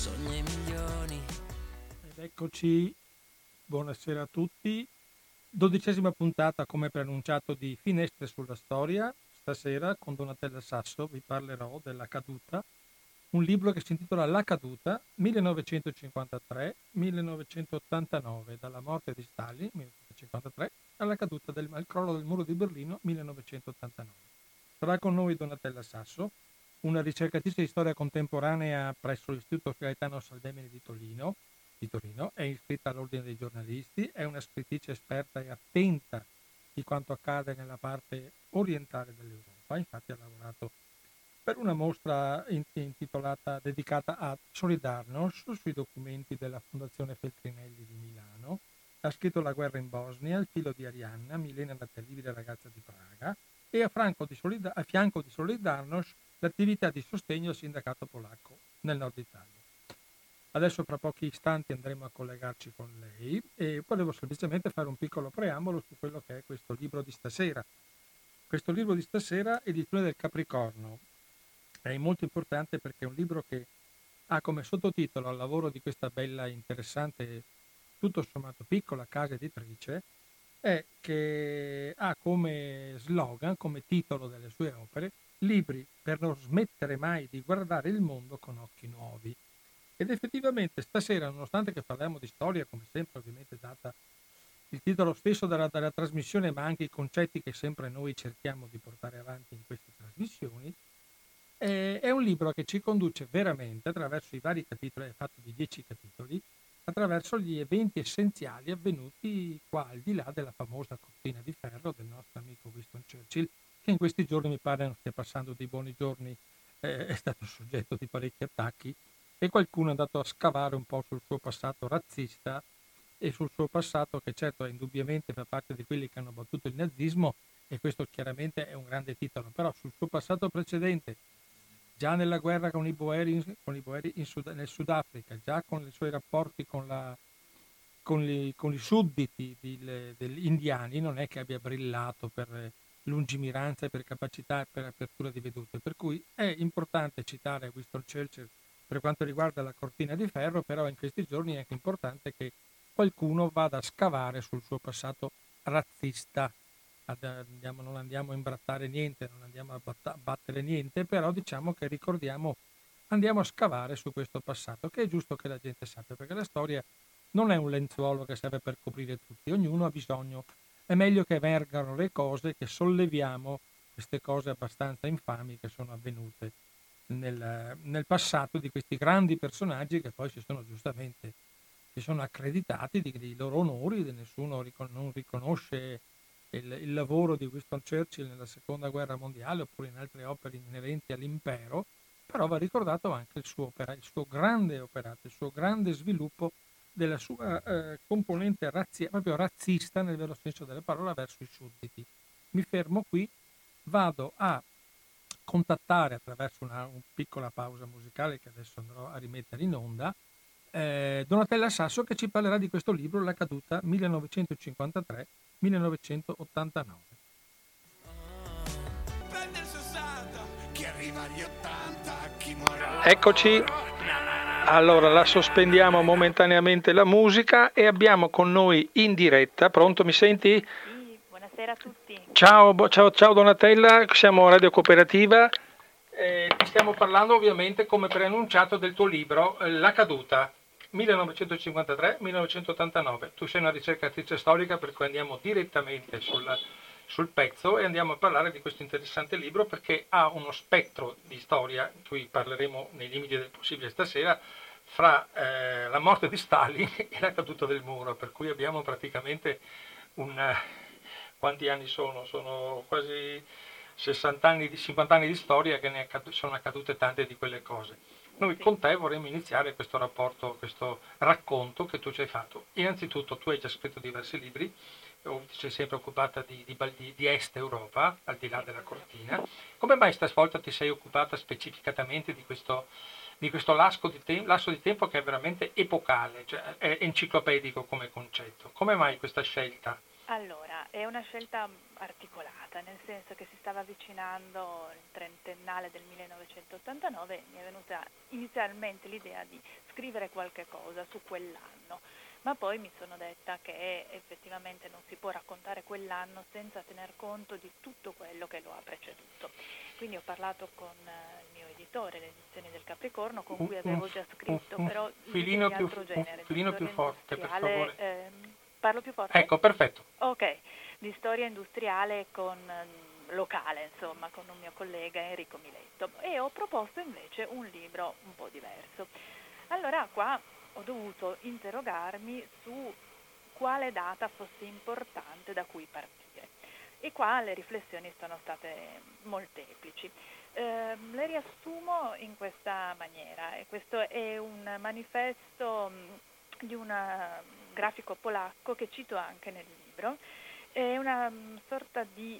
sogni milioni. Ed eccoci, buonasera a tutti. 12ª puntata, come preannunciato, di Finestre sulla Storia. Stasera con Donatella Sasso vi parlerò della Caduta, un libro che si intitola La Caduta, 1953-1989, dalla morte di Stalin, 1953, alla caduta al crollo del muro di Berlino, 1989. Sarà con noi Donatella Sasso, una ricercatrice di storia contemporanea presso l'Istituto Gaetano Salvemini di Torino, è iscritta all'Ordine dei giornalisti, è una scrittrice esperta e attenta di quanto accade nella parte orientale dell'Europa. Infatti ha lavorato per una mostra dedicata a Solidarnosc sui documenti della Fondazione Feltrinelli di Milano. Ha scritto La guerra in Bosnia, Il filo di Arianna, Milena la terribile ragazza di Praga, e a fianco di Solidarnosc l'attività di sostegno al sindacato polacco nel nord Italia. Adesso fra pochi istanti andremo a collegarci con lei e volevo semplicemente fare un piccolo preambolo su quello che è questo libro di stasera. Questo libro di stasera, edizione del Capricorno, è molto importante perché è un libro che ha come sottotitolo, al lavoro di questa bella, interessante, tutto sommato piccola casa editrice, è che ha come slogan, come titolo delle sue opere, libri per non smettere mai di guardare il mondo con occhi nuovi. Ed effettivamente stasera, nonostante che parliamo di storia, come sempre ovviamente data il titolo stesso della trasmissione, ma anche i concetti che sempre noi cerchiamo di portare avanti in queste trasmissioni, è un libro che ci conduce veramente attraverso i vari capitoli, è fatto di 10 capitoli, attraverso gli eventi essenziali avvenuti qua al di là della famosa cortina di ferro del nostro amico Winston Churchill, che in questi giorni mi pare non stia passando dei buoni giorni, è stato soggetto di parecchi attacchi e qualcuno è andato a scavare un po' sul suo passato razzista e sul suo passato, che certo indubbiamente fa parte di quelli che hanno battuto il nazismo, e questo chiaramente è un grande titolo, però sul suo passato precedente, già nella guerra con i Boeri nel Sudafrica, già con i suoi rapporti con i sudditi degli indiani, non è che abbia brillato per lungimiranza e per capacità e per apertura di vedute, per cui è importante citare Winston Churchill per quanto riguarda la cortina di ferro, però in questi giorni è anche importante che qualcuno vada a scavare sul suo passato razzista. Non andiamo a imbrattare niente, non andiamo a battere niente, però diciamo che andiamo a scavare su questo passato, che è giusto che la gente sappia, perché la storia non è un lenzuolo che serve per coprire tutti, ognuno ha bisogno, è meglio che emergano le cose, che solleviamo queste cose abbastanza infami che sono avvenute nel passato di questi grandi personaggi che poi si sono accreditati dei loro onori, nessuno non riconosce il lavoro di Winston Churchill nella seconda guerra mondiale oppure in altre opere inerenti all'impero, però va ricordato anche il suo grande operato, il suo grande sviluppo della sua componente proprio razzista nel vero senso della parola verso i sudditi. Mi fermo qui, vado a contattare attraverso una piccola pausa musicale che adesso andrò a rimettere in onda, Donatella Sasso, che ci parlerà di questo libro, La caduta 1953-1989. Eccoci, allora la sospendiamo momentaneamente la musica e abbiamo con noi in diretta, pronto, mi senti? Sì, buonasera a tutti. Ciao Donatella, siamo Radio Cooperativa, ti stiamo parlando ovviamente come preannunciato del tuo libro La caduta 1953-1989. Tu sei una ricercatrice storica, per cui andiamo direttamente sul pezzo e andiamo a parlare di questo interessante libro perché ha uno spettro di storia, di cui parleremo nei limiti del possibile stasera, fra la morte di Stalin e la caduta del muro, per cui abbiamo praticamente quanti anni sono? Sono quasi 60 anni, 50 anni di storia che sono accadute tante di quelle cose. Noi con te vorremmo iniziare questo rapporto, questo racconto che tu ci hai fatto. Innanzitutto tu hai già scritto diversi libri, ti sei sempre occupata di Est Europa, al di là della cortina. Come mai stavolta ti sei occupata specificatamente di questo lasso di tempo che è veramente epocale, cioè è enciclopedico come concetto? Come mai questa scelta? Allora, è una scelta articolata, nel senso che si stava avvicinando il trentennale del 1989 e mi è venuta inizialmente l'idea di scrivere qualche cosa su quell'anno, ma poi mi sono detta che effettivamente non si può raccontare quell'anno senza tener conto di tutto quello che lo ha preceduto. Quindi ho parlato con il mio editore, le edizioni del Capricorno, con cui avevo già scritto, però libri di altro genere, di filino più storia forte, per industriale. favore. Parlo più forte? Ecco, perfetto. Ok, di storia industriale con locale, insomma, con un mio collega Enrico Miletto, e ho proposto invece un libro un po' diverso. Allora qua ho dovuto interrogarmi su quale data fosse importante da cui partire, e qua le riflessioni sono state molteplici. Le riassumo in questa maniera, e questo è un manifesto di un grafico polacco che cito anche nel libro. È una sorta di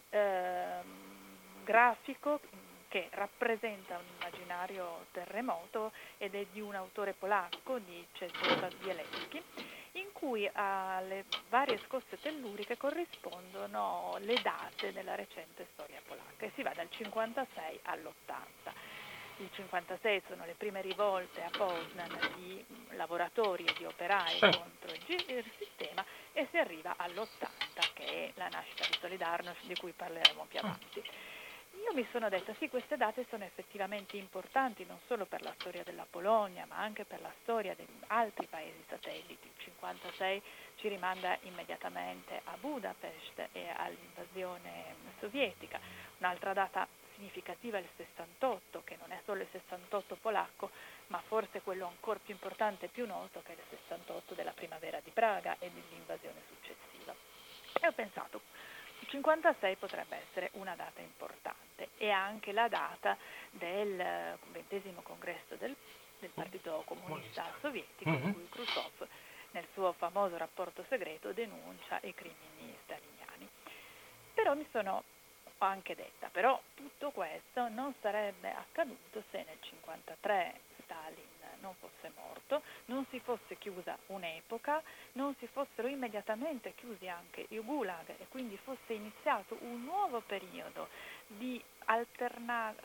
grafico che rappresenta un immaginario terremoto ed è di un autore polacco, di Czesław Bielecki, in cui alle varie scosse telluriche corrispondono le date della recente storia polacca, e si va dal 56 all'80. Il 56 sono le prime rivolte a Poznan di lavoratori e di operai contro il sistema, e si arriva all'80, che è la nascita di Solidarnosc, di cui parleremo più avanti. Io mi sono detta sì, queste date sono effettivamente importanti non solo per la storia della Polonia, ma anche per la storia di altri paesi satelliti. Il 56 ci rimanda immediatamente a Budapest e all'invasione sovietica. Un'altra data significativa è il 68, che non è solo il 68 polacco, ma forse quello ancora più importante e più noto, che è il 68 della primavera di Praga e dell'invasione successiva. E ho pensato, il 56 potrebbe essere una data importante, e anche la data del XX congresso del Partito Comunista Sovietico, in cui Khrushchev nel suo famoso rapporto segreto denuncia i crimini staliniani. Però ho anche detta, però tutto questo non sarebbe accaduto se nel 1953 Stalin non fosse morto, non si fosse chiusa un'epoca, non si fossero immediatamente chiusi anche i gulag, e quindi fosse iniziato un nuovo periodo di alternanza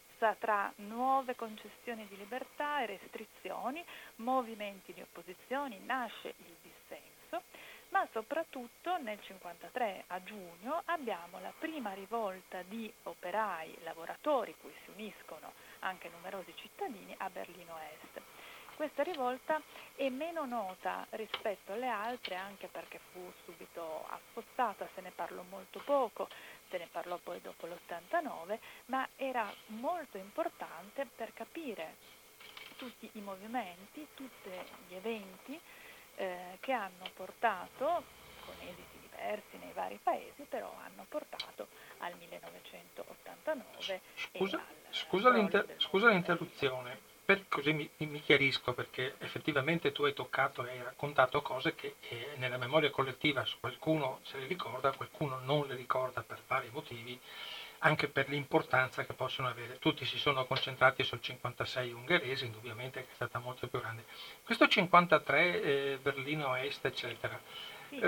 tra nuove concessioni di libertà e restrizioni, movimenti di opposizione, nasce il dissenso. Ma soprattutto nel 1953 a giugno abbiamo la prima rivolta di operai, lavoratori, cui si uniscono anche numerosi cittadini, a Berlino Est. Questa rivolta è meno nota rispetto alle altre, anche perché fu subito affossata, se ne parlò molto poco, se ne parlò poi dopo l'89, ma era molto importante per capire tutti i movimenti, tutti gli eventi che hanno portato, con esiti diversi nei vari paesi, però hanno portato al 1989 Scusa l'interruzione, così mi chiarisco, perché effettivamente tu hai toccato e hai raccontato cose che nella memoria collettiva qualcuno se le ricorda, qualcuno non le ricorda per vari motivi, anche per l'importanza che possono avere. Tutti si sono concentrati sul 56 ungherese, indubbiamente, che è stata molto più grande. Questo 53 Berlino Est, eccetera, sì.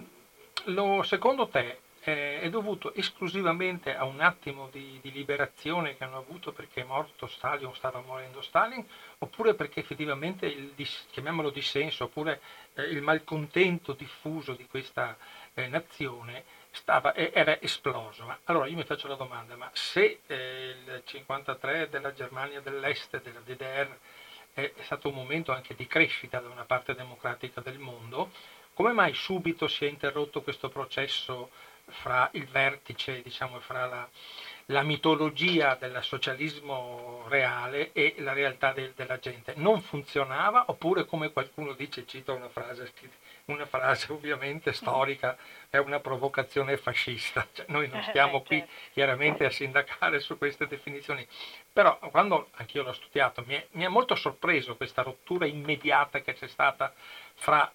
secondo te è dovuto esclusivamente a un attimo di liberazione che hanno avuto perché è morto Stalin o stava morendo Stalin, oppure perché effettivamente chiamiamolo dissenso, oppure il malcontento diffuso di questa nazione era esploso? Allora io mi faccio la domanda, ma se il 53 della Germania dell'Est, della DDR, è stato un momento anche di crescita da una parte democratica del mondo, come mai subito si è interrotto questo processo fra il vertice, diciamo, fra la mitologia del socialismo reale e la realtà della gente? Non funzionava, oppure, come qualcuno dice, cito una frase ovviamente storica, è una provocazione fascista? Cioè, noi non stiamo qui Certo. chiaramente a sindacare su queste definizioni, però quando anch'io l'ho studiato mi è molto sorpreso questa rottura immediata che c'è stata fra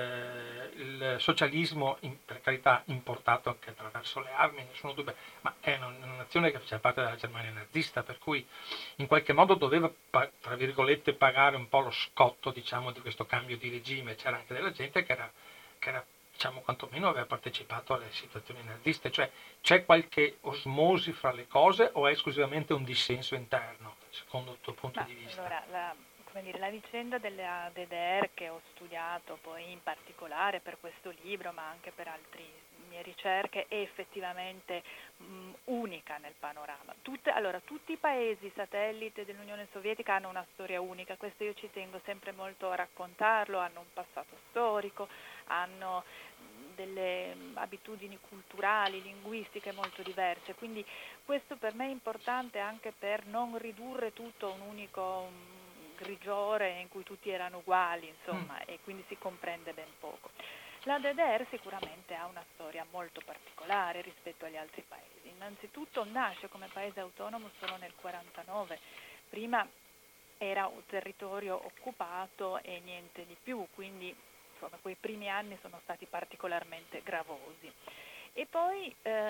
il socialismo, per carità importato anche attraverso le armi, nessuno dubbio, ma è una nazione che faceva parte della Germania nazista, per cui in qualche modo doveva, tra virgolette, pagare un po' lo scotto, diciamo, di questo cambio di regime. C'era anche della gente che era diciamo quantomeno aveva partecipato alle situazioni naziste, cioè c'è qualche osmosi fra le cose o è esclusivamente un dissenso interno, secondo il tuo punto Ma di vista? allora, come dire, la vicenda della DDR che ho studiato poi in particolare per questo libro, ma anche per altre mie ricerche, è effettivamente unica nel panorama. Allora, tutti i paesi satellite dell'Unione Sovietica hanno una storia unica, questo io ci tengo sempre molto a raccontarlo, hanno un passato storico, hanno delle abitudini culturali, linguistiche molto diverse, quindi questo per me è importante anche per non ridurre tutto a un unico grigiore in cui tutti erano uguali, insomma, e quindi si comprende ben poco. La DDR sicuramente ha una storia molto particolare rispetto agli altri paesi. Innanzitutto nasce come paese autonomo solo nel 1949, prima era un territorio occupato e niente di più, quindi insomma, quei primi anni sono stati particolarmente gravosi. E poi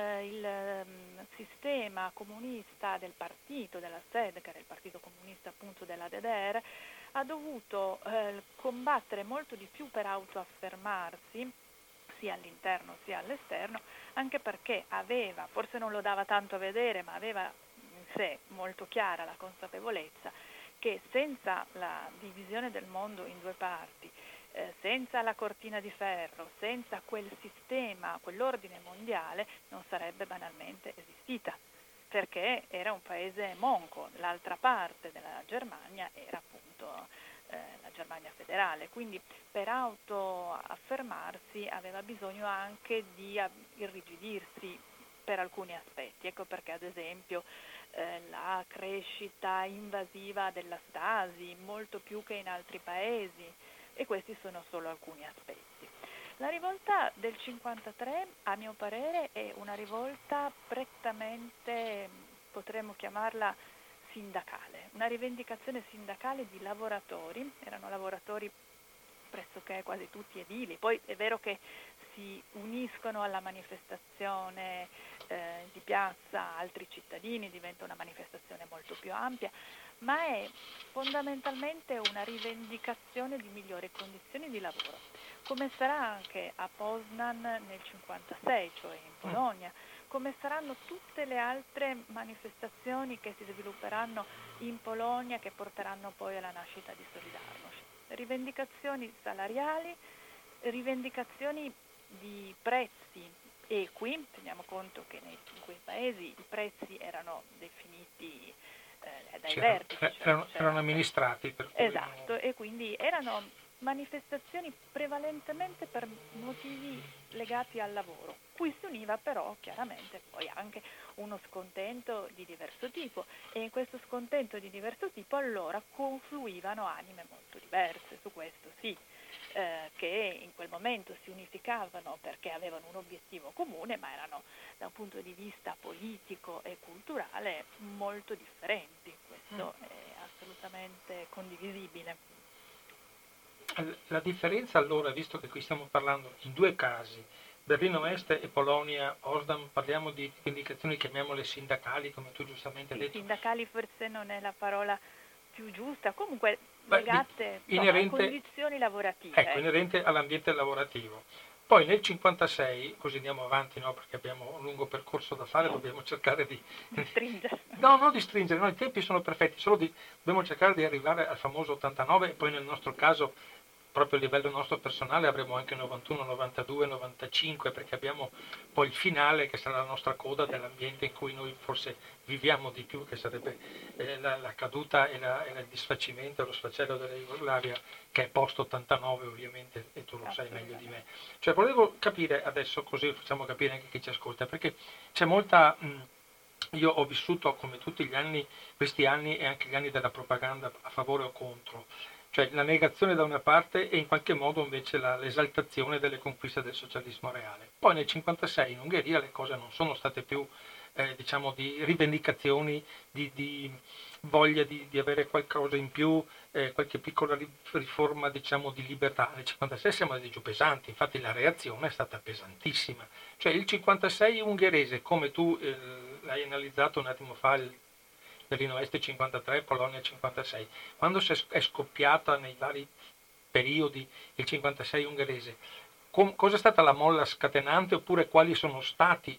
il sistema comunista del partito, della SED, che era il partito comunista appunto della DDR, ha dovuto combattere molto di più per autoaffermarsi, sia all'interno sia all'esterno, anche perché aveva, forse non lo dava tanto a vedere, ma aveva in sé molto chiara la consapevolezza che senza la divisione del mondo in due parti, senza la cortina di ferro, senza quel sistema, quell'ordine mondiale, non sarebbe banalmente esistita, perché era un paese monco, l'altra parte della Germania era appunto la Germania federale, quindi per autoaffermarsi aveva bisogno anche di irrigidirsi per alcuni aspetti, ecco perché ad esempio la crescita invasiva della Stasi, molto più che in altri paesi, e questi sono solo alcuni aspetti. La rivolta del 53, a mio parere, è una rivolta prettamente, potremmo chiamarla sindacale, una rivendicazione sindacale di lavoratori, erano lavoratori pressoché quasi tutti edili, poi è vero che si uniscono alla manifestazione di piazza altri cittadini, diventa una manifestazione molto più ampia, ma è fondamentalmente una rivendicazione di migliori condizioni di lavoro, come sarà anche a Poznan nel 56, cioè in Polonia, come saranno tutte le altre manifestazioni che si svilupperanno in Polonia che porteranno poi alla nascita di Solidarność. Rivendicazioni salariali, rivendicazioni di prezzi equi, teniamo conto che in quei paesi i prezzi erano definiti dai vertici. Erano amministrati. Per cui esatto, e quindi erano manifestazioni prevalentemente per motivi legati al lavoro, cui si univa però chiaramente poi anche uno scontento di diverso tipo, e in questo scontento di diverso tipo allora confluivano anime molto diverse, su questo sì, che in quel momento si unificavano perché avevano un obiettivo comune, ma erano da un punto di vista politico e culturale molto differenti. Questo è assolutamente condivisibile. La differenza allora, visto che qui stiamo parlando in due casi, Berlino Est e Polonia Osdam, parliamo di indicazioni, chiamiamole sindacali, come tu giustamente hai Sì, detto. sindacali forse non è la parola più giusta, comunque Beh, legate insomma, a inerente, condizioni lavorative. ecco, inerente all'ambiente lavorativo. Poi nel 56, così andiamo avanti, no, perché abbiamo un lungo percorso da fare, dobbiamo cercare di... Di stringere. No, non di stringere, no, i tempi sono perfetti, dobbiamo cercare di arrivare al famoso 89 e poi nel nostro caso, proprio a livello nostro personale, avremo anche 91, 92, 95, perché abbiamo poi il finale che sarà la nostra coda dell'ambiente in cui noi forse viviamo di più, che sarebbe la caduta e il disfacimento, lo sfacelo della Jugoslavia, che è post 89 ovviamente, e tu lo sai meglio di me. Cioè volevo capire adesso, così facciamo capire anche chi ci ascolta, perché c'è molta... io ho vissuto come tutti gli anni, questi anni e anche gli anni della propaganda a favore o contro, cioè la negazione da una parte e in qualche modo invece l'esaltazione delle conquiste del socialismo reale. Poi nel 1956 in Ungheria le cose non sono state più diciamo di rivendicazioni, di voglia di avere qualcosa in più, qualche piccola riforma diciamo di libertà. Nel 1956 siamo andati giù pesanti, infatti la reazione è stata pesantissima. Cioè il 1956 ungherese, come tu l'hai analizzato un attimo fa, il Berlino Est 53, Polonia 56, quando è scoppiata nei vari periodi il 56 ungherese, cosa è stata la molla scatenante, oppure quali sono stati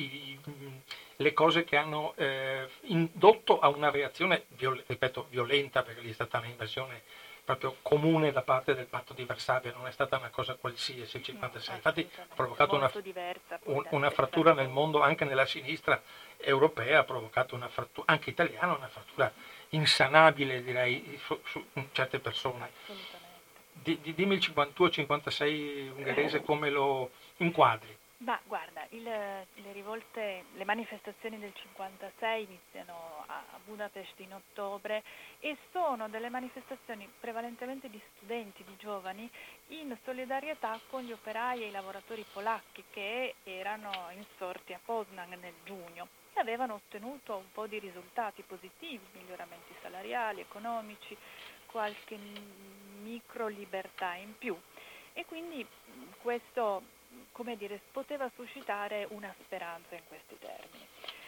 le cose che hanno indotto a una reazione, ripeto, violenta, perché lì è stata un'invasione proprio comune da parte del patto di Varsavia, non è stata una cosa qualsiasi il 56, infatti ha provocato una frattura nel mondo, anche nella sinistra europea, ha provocato una frattura, anche italiana, una frattura insanabile, direi, su certe persone. Dimmi il 52-56 ungherese come lo inquadri. Ma guarda, le rivolte, le manifestazioni del 56 iniziano a Budapest in ottobre e sono delle manifestazioni prevalentemente di studenti, di giovani, in solidarietà con gli operai e i lavoratori polacchi che erano insorti a Poznan nel giugno e avevano ottenuto un po' di risultati positivi, miglioramenti salariali, economici, qualche micro libertà in più. E quindi questo, come dire, poteva suscitare una speranza in questi termini.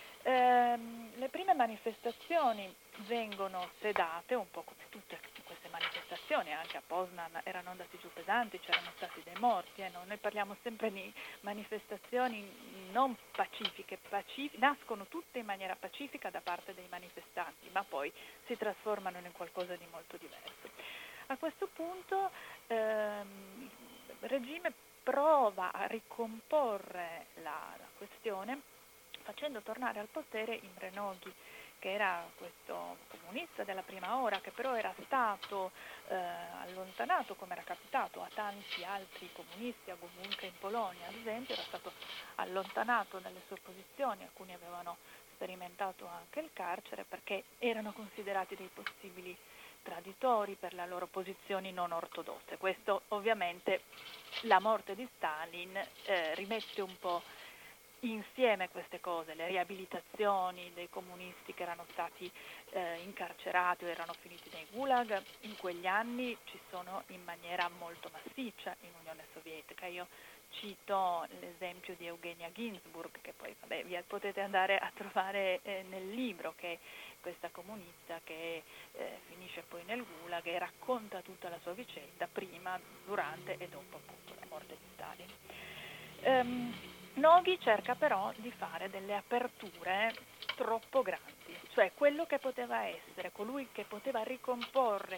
Le prime manifestazioni vengono sedate, un po' come tutte queste manifestazioni, anche a Poznan erano andati giù pesanti, c'erano stati dei morti, noi parliamo sempre di manifestazioni non pacifiche, nascono tutte in maniera pacifica da parte dei manifestanti, ma poi si trasformano in qualcosa di molto diverso. A questo punto il regime prova a ricomporre la questione facendo tornare al potere Imre Nagy, che era questo comunista della prima ora, che però era stato allontanato, come era capitato a tanti altri comunisti, a Gomułka in Polonia ad esempio, era stato allontanato dalle sue posizioni, alcuni avevano sperimentato anche il carcere perché erano considerati dei possibili traditori per le loro posizioni non ortodosse. Questo ovviamente, la morte di Stalin rimette un po' insieme queste cose, le riabilitazioni dei comunisti che erano stati incarcerati o erano finiti nei gulag, in quegli anni ci sono in maniera molto massiccia in Unione Sovietica. Io cito l'esempio di Eugenia Ginzburg, che poi vi potete andare a trovare nel libro, che è questa comunista che finisce poi nel gulag e racconta tutta la sua vicenda prima, durante e dopo appunto la morte di Stalin. Nagy cerca però di fare delle aperture troppo grandi, cioè quello che poteva essere, colui che poteva ricomporre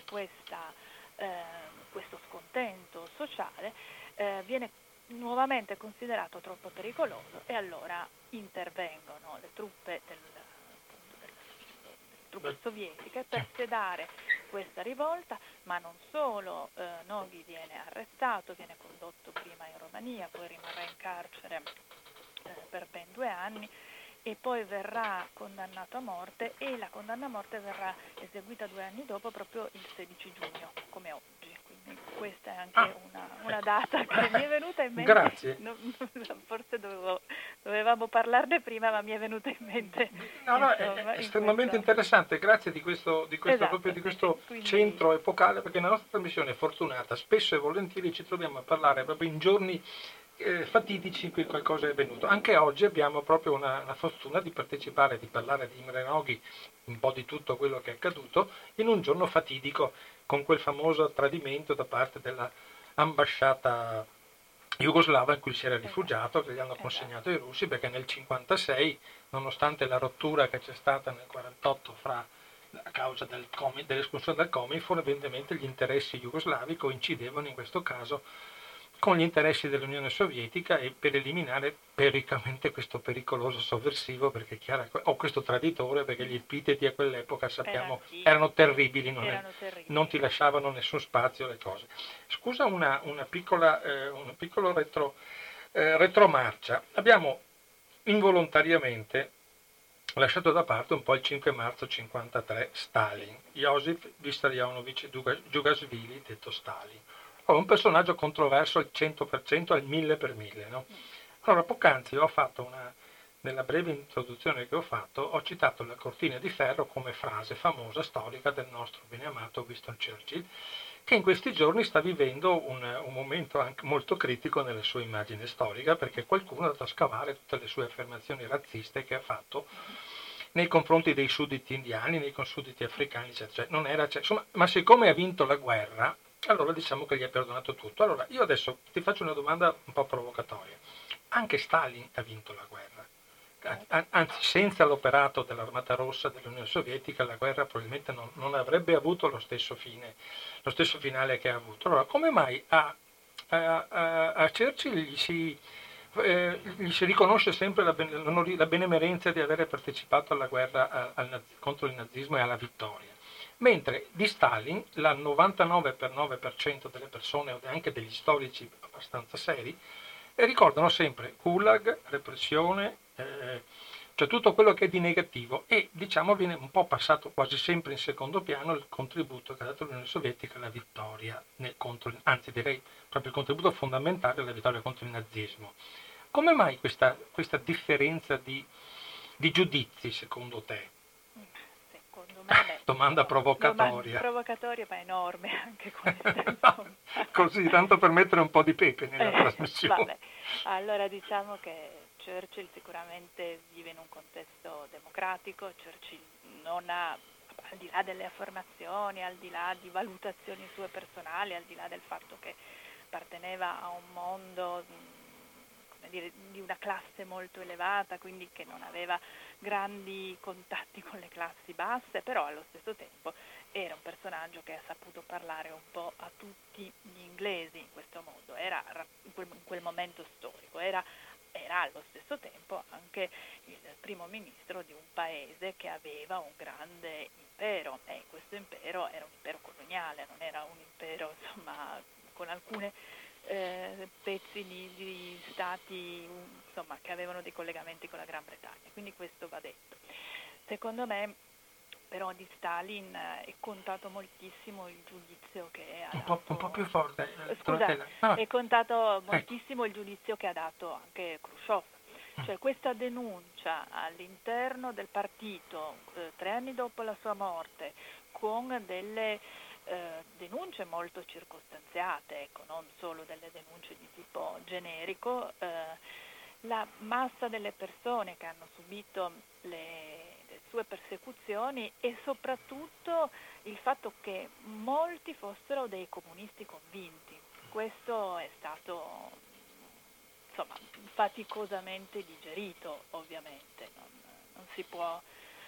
questo scontento sociale viene nuovamente considerato troppo pericoloso e allora intervengono le truppe sovietiche per sedare questa rivolta, ma non solo, Nagy viene arrestato, viene condotto prima in Romania, poi rimarrà in carcere per ben 2 anni e poi verrà condannato a morte e la condanna a morte verrà eseguita 2 anni dopo, proprio il 16 giugno, come oggi. Quindi questa è anche una data che mi è venuta in mente. Grazie. Forse dovevamo parlarne prima, ma mi è venuta in mente. No, è estremamente interessante, grazie di questo proprio di questo centro epocale, perché la nostra trasmissione è fortunata, spesso e volentieri ci troviamo a parlare proprio in giorni fatidici in cui qualcosa è avvenuto. Anche oggi abbiamo proprio una fortuna di partecipare, di parlare di Imre Nagy, un po' di tutto quello che è accaduto, in un giorno fatidico, con quel famoso tradimento da parte dell'ambasciata jugoslava in cui si era rifugiato, che gli hanno consegnato i russi, perché nel 1956, nonostante la rottura che c'è stata nel 1948 a causa dell'espulsione dal Cominform, evidentemente gli interessi jugoslavi coincidevano in questo caso con gli interessi dell'Unione Sovietica e per eliminare periodicamente questo pericoloso sovversivo, perché è chiaro, o questo traditore, perché gli epiteti a quell'epoca sappiamo erano terribili, non ti lasciavano nessun spazio alle cose. Scusa una piccola retromarcia. Abbiamo involontariamente lasciato da parte un po' il 5 marzo 1953 Stalin, Josip Vissarionovich Djugasvili, detto Stalin. Un personaggio controverso al 100%, al 1000%, no? Allora, poc'anzi nella breve introduzione che ho fatto, ho citato la cortina di ferro come frase famosa, storica del nostro beneamato Winston Churchill, che in questi giorni sta vivendo un momento anche molto critico nella sua immagine storica, perché qualcuno è andato a scavare tutte le sue affermazioni razziste che ha fatto nei confronti dei sudditi indiani, nei sudditi africani, eccetera. Ma siccome ha vinto la guerra, allora diciamo che gli ha perdonato tutto. Allora, io adesso ti faccio una domanda un po' provocatoria. Anche Stalin ha vinto la guerra. Anzi, senza l'operato dell'Armata Rossa dell'Unione Sovietica, la guerra probabilmente non avrebbe avuto lo stesso fine, lo stesso finale che ha avuto. Allora, come mai a Churchill gli si riconosce sempre la benemerenza di avere partecipato alla guerra contro il nazismo e alla vittoria? Mentre di Stalin, il 99,9% delle persone, o anche degli storici abbastanza seri, ricordano sempre gulag, repressione, cioè tutto quello che è di negativo, e diciamo viene un po' passato quasi sempre in secondo piano il contributo che ha dato l'Unione Sovietica alla vittoria, anzi direi proprio il contributo fondamentale alla vittoria contro il nazismo. Come mai questa differenza di giudizi secondo te? Secondo me, Domanda provocatoria. provocatoria ma enorme anche questa, No, insomma. così, tanto per mettere un po' di pepe nella trasmissione. Vabbè, allora diciamo che Churchill sicuramente vive in un contesto democratico. Churchill non ha, al di là delle affermazioni, al di là di valutazioni sue personali, al di là del fatto che apparteneva a un mondo, come dire, di una classe molto elevata, quindi che non aveva grandi contatti con le classi basse, però allo stesso tempo era un personaggio che ha saputo parlare un po' a tutti gli inglesi in questo modo, era in quel momento storico, era allo stesso tempo anche il primo ministro di un paese che aveva un grande impero, e questo impero era un impero coloniale, non era un impero, insomma, con alcune pezzi di stati, insomma, che avevano dei collegamenti con la Gran Bretagna, quindi questo va detto. Secondo me però di Stalin è contato moltissimo il giudizio che ha dato. Un po' più forte. Scusa, è contato moltissimo il giudizio che ha dato anche Khrushchev. Cioè questa denuncia all'interno del partito 3 anni dopo la sua morte, con delle denunce molto circostanziate, ecco, non solo delle denunce di tipo generico, la massa delle persone che hanno subito le sue persecuzioni, e soprattutto il fatto che molti fossero dei comunisti convinti. Questo è stato, insomma, faticosamente digerito, ovviamente, non si può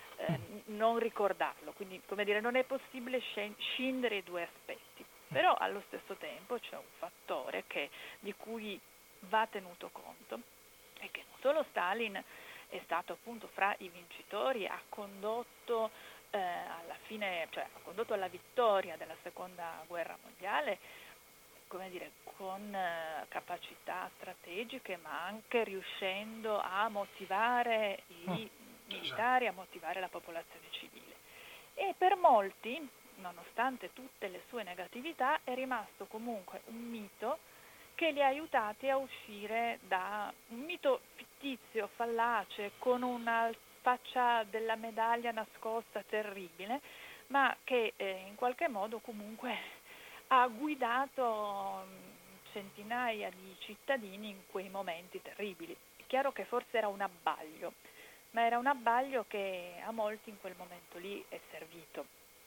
non ricordarlo, quindi, come dire, non è possibile scindere i due aspetti, però allo stesso tempo c'è un fattore di cui va tenuto conto, e che non solo Stalin è stato appunto fra i vincitori, ha condotto alla fine, cioè ha condotto alla vittoria della seconda guerra mondiale, come dire, con capacità strategiche, ma anche riuscendo a motivare i militari, a motivare la popolazione civile. E per molti, nonostante tutte le sue negatività, è rimasto comunque un mito che li ha aiutati a uscire da un mito fittizio, fallace, con una faccia della medaglia nascosta terribile, ma che in qualche modo comunque ha guidato centinaia di cittadini in quei momenti terribili. È chiaro che forse era un abbaglio, ma era un abbaglio che a molti in quel momento lì è servito.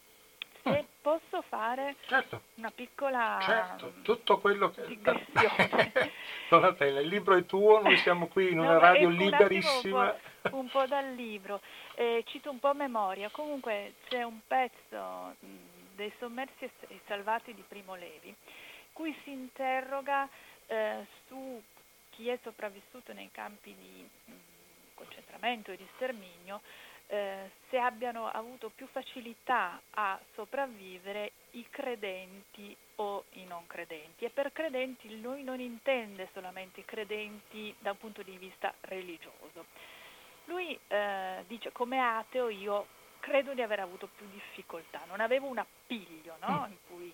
Se posso fare una piccola tutto quello che digressione. Donatella, il libro è tuo, noi siamo qui in una radio liberissima. Un po' dal libro, cito un po' a memoria. Comunque c'è un pezzo dei Sommersi e Salvati di Primo Levi, cui si interroga su chi è sopravvissuto nei campi di concentramento e di sterminio, se abbiano avuto più facilità a sopravvivere i credenti o i non credenti. E per credenti lui non intende solamente i credenti da un punto di vista religioso. Lui dice, come ateo io credo di aver avuto più difficoltà, non avevo un appiglio, no? In cui,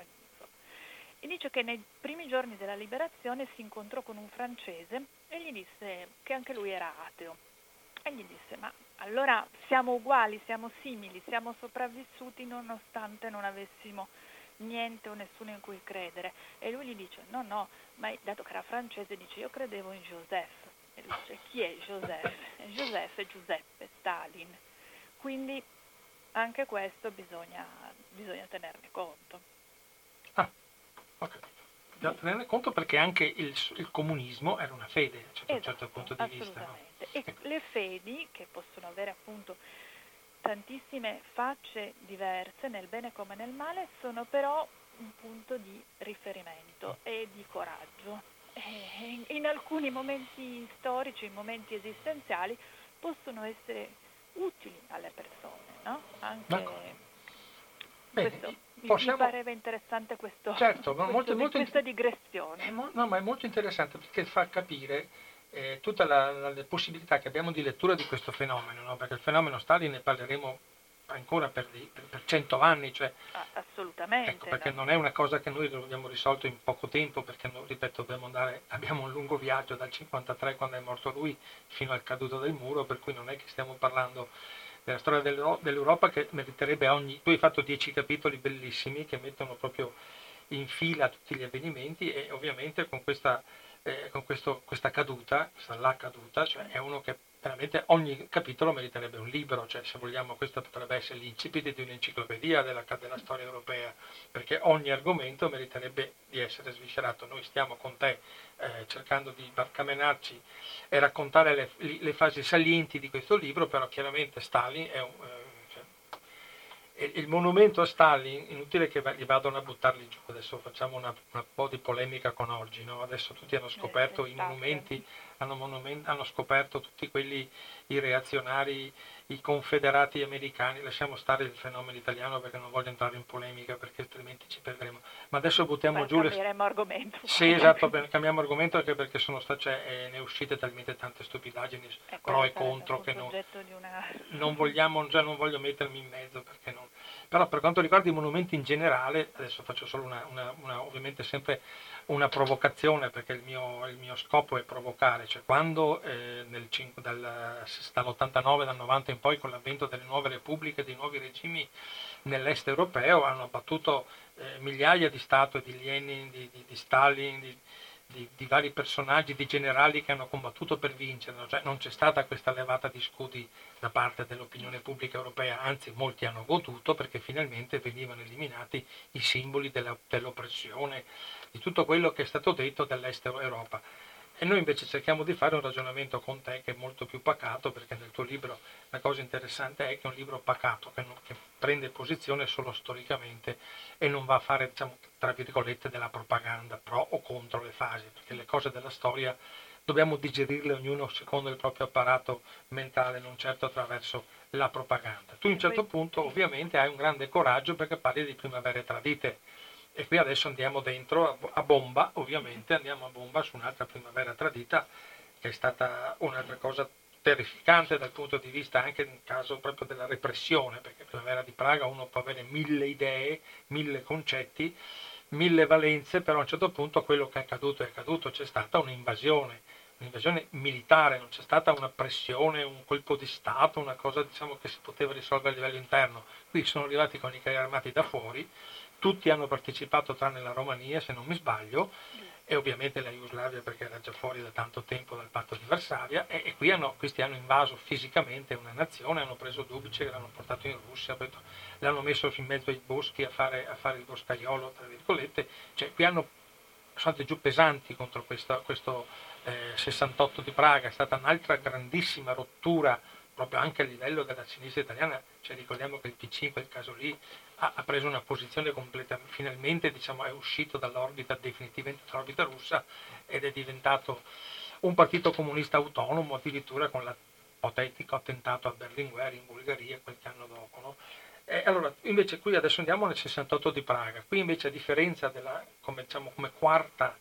e dice che nei primi giorni della liberazione si incontrò con un francese e gli disse che anche lui era ateo. E gli disse, ma allora siamo uguali, siamo simili, siamo sopravvissuti nonostante non avessimo niente o nessuno in cui credere. E lui gli dice, no, ma dato che era francese, dice, io credevo in Joseph. E lui dice, chi è Joseph? E Joseph è Giuseppe Stalin. Quindi anche questo bisogna tenerne conto. da tenere conto perché anche il comunismo era una fede, cioè, da un certo punto di vista, no? Assolutamente. E le fedi, che possono avere appunto tantissime facce diverse nel bene come nel male, sono però un punto di riferimento e di coraggio. E in alcuni momenti storici, in momenti esistenziali, possono essere utili alle persone, no? D'accordo. Anche Bene, questo mi possiamo... pareva interessante Certo, ma questa digressione. no, ma è molto interessante perché fa capire tutte le possibilità che abbiamo di lettura di questo fenomeno, no? Perché il fenomeno Stalin ne parleremo ancora per 100 anni, cioè, ecco, Assolutamente, perché non è una cosa che noi lo abbiamo risolto in poco tempo, perché, ripeto, abbiamo un lungo viaggio dal 53 quando è morto lui fino al caduto del muro, per cui non è che stiamo parlando della storia dell'Europa che meriterebbe tu hai fatto 10 capitoli bellissimi che mettono proprio in fila tutti gli avvenimenti e ovviamente questa caduta, la caduta, cioè è uno che veramente ogni capitolo meriterebbe un libro, cioè se vogliamo questo potrebbe essere l'incipit di un'enciclopedia della storia europea, perché ogni argomento meriterebbe di essere sviscerato. Noi stiamo con te cercando di barcamenarci e raccontare le fasi salienti di questo libro, però chiaramente Stalin è cioè, il monumento a Stalin, inutile che gli vadano a buttarli giù, adesso facciamo una po' di polemica con oggi, no? Adesso tutti hanno scoperto i State. monumenti, hanno scoperto tutti quelli, i reazionari, i confederati americani, lasciamo stare il fenomeno italiano perché non voglio entrare in polemica perché altrimenti ci perderemo, ma adesso buttiamo Beh, giù cambieremo argomento Sì, poi. esatto, cambiamo argomento anche perché ne è uscite talmente tante stupidaggini E pro quello e sarebbe contro che appunto oggetto di una... non vogliamo, già non voglio mettermi in mezzo perché non. Però per quanto riguarda i monumenti in generale, adesso faccio solo ovviamente sempre una provocazione perché il mio scopo è provocare, cioè quando dall'89, dal 90 in poi con l'avvento delle nuove repubbliche, dei nuovi regimi nell'est europeo hanno abbattuto migliaia di statue di Lenin, di Stalin, di vari personaggi, di generali che hanno combattuto per vincere, cioè non c'è stata questa levata di scudi da parte dell'opinione pubblica europea, anzi molti hanno goduto perché finalmente venivano eliminati i simboli dell'oppressione, di tutto quello che è stato detto dell'est Europa. E noi invece cerchiamo di fare un ragionamento con te che è molto più pacato, perché nel tuo libro la cosa interessante è che è un libro pacato, che prende posizione solo storicamente e non va a fare, diciamo, tra virgolette, della propaganda pro o contro le fasi, perché le cose della storia dobbiamo digerirle ognuno secondo il proprio apparato mentale, non certo attraverso la propaganda. Tu a un E poi certo punto sì, ovviamente hai un grande coraggio perché parli di primavere tradite e qui adesso andiamo dentro a bomba, ovviamente andiamo a bomba su un'altra primavera tradita che è stata un'altra cosa terrificante dal punto di vista anche nel caso proprio della repressione, perché Primavera di Praga uno può avere 1000 idee, 1000 concetti, 1000 valenze, però a un certo punto quello che è accaduto, c'è stata un'invasione militare, non c'è stata una pressione, un colpo di Stato, una cosa diciamo, che si poteva risolvere a livello interno. Qui sono arrivati con i carri armati da fuori, tutti hanno partecipato tranne la Romania, se non mi sbaglio, e ovviamente la Jugoslavia perché era già fuori da tanto tempo dal patto di Varsavia e questi hanno invaso fisicamente una nazione, hanno preso Dubček, l'hanno portato in Russia, l'hanno messo in mezzo ai boschi a fare il boscaiolo, tra virgolette, cioè qui sono andati giù pesanti contro questo 68 di Praga, è stata un'altra grandissima rottura proprio anche a livello della sinistra italiana, cioè ricordiamo che il PC in quel caso lì ha preso una posizione completamente, finalmente diciamo, è uscito definitivamente dall'orbita russa ed è diventato un partito comunista autonomo, addirittura con l'ipotetico attentato a Berlinguer in Bulgaria qualche anno dopo. No? Allora, invece qui adesso andiamo nel 68 di Praga, qui invece a differenza come quarta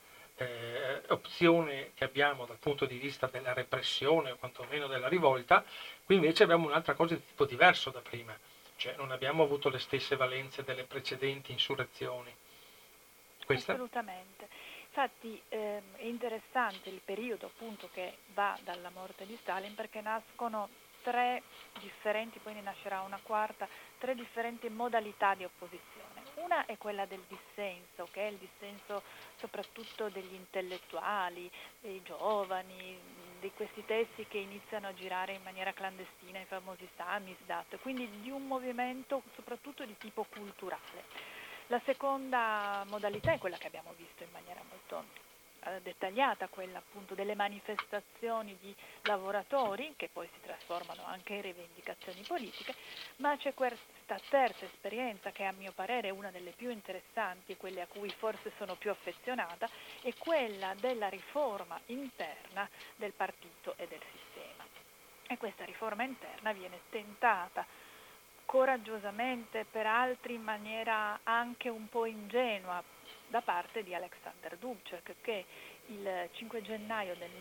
opzione che abbiamo dal punto di vista della repressione o quantomeno della rivolta, qui invece abbiamo un'altra cosa di tipo diverso da prima, cioè non abbiamo avuto le stesse valenze delle precedenti insurrezioni. Questa? assolutamente. Infatti è interessante il periodo appunto che va dalla morte di Stalin perché nascono tre differenti, poi ne nascerà una quarta, tre differenti modalità di opposizione. Una è quella del dissenso, che è il dissenso soprattutto degli intellettuali, dei giovani, di questi testi che iniziano a girare in maniera clandestina, i famosi samizdat, quindi di un movimento soprattutto di tipo culturale. La seconda modalità è quella che abbiamo visto in maniera molto dettagliata, quella appunto delle manifestazioni di lavoratori che poi si trasformano anche in rivendicazioni politiche, ma c'è questa terza esperienza che a mio parere è una delle più interessanti, quelle a cui forse sono più affezionata, è quella della riforma interna del partito e del sistema. E questa riforma interna viene tentata coraggiosamente, per altri in maniera anche un po' ingenua, da parte di Alexander Dubček, che il 5 gennaio del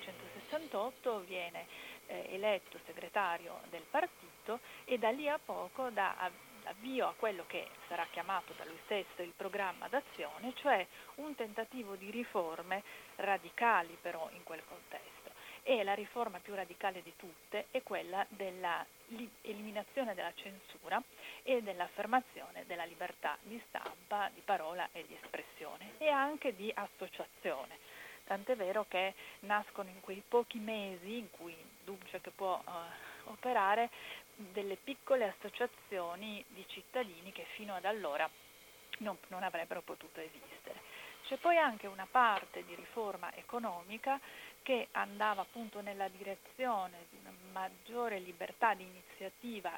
1968 viene eletto segretario del partito e da lì a poco dà avvio a quello che sarà chiamato da lui stesso il programma d'azione, cioè un tentativo di riforme radicali però in quel contesto. E la riforma più radicale di tutte è quella dell'eliminazione della censura e dell'affermazione della libertà di stampa, di parola e di espressione e anche di associazione. Tant'è vero che nascono in quei pochi mesi in cui Dubček può operare delle piccole associazioni di cittadini che fino ad allora non avrebbero potuto esistere. C'è poi anche una parte di riforma economica che andava appunto nella direzione di una maggiore libertà di iniziativa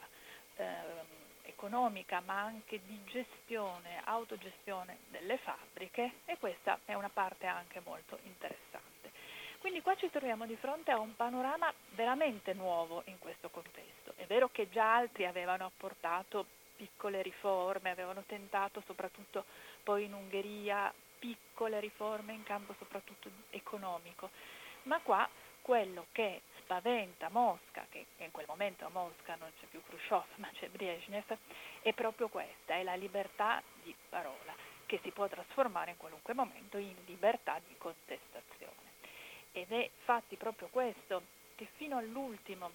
economica, ma anche di gestione, autogestione delle fabbriche, e questa è una parte anche molto interessante. Quindi qua ci troviamo di fronte a un panorama veramente nuovo in questo contesto. È vero che già altri avevano apportato piccole riforme, avevano tentato soprattutto poi in Ungheria piccole riforme in campo soprattutto economico, ma qua quello che spaventa Mosca, che in quel momento a Mosca non c'è più Khrushchev ma c'è Brezhnev, è proprio questa, è la libertà di parola, che si può trasformare in qualunque momento in libertà di contestazione. Ed è infatti proprio questo che fino all'ultimo,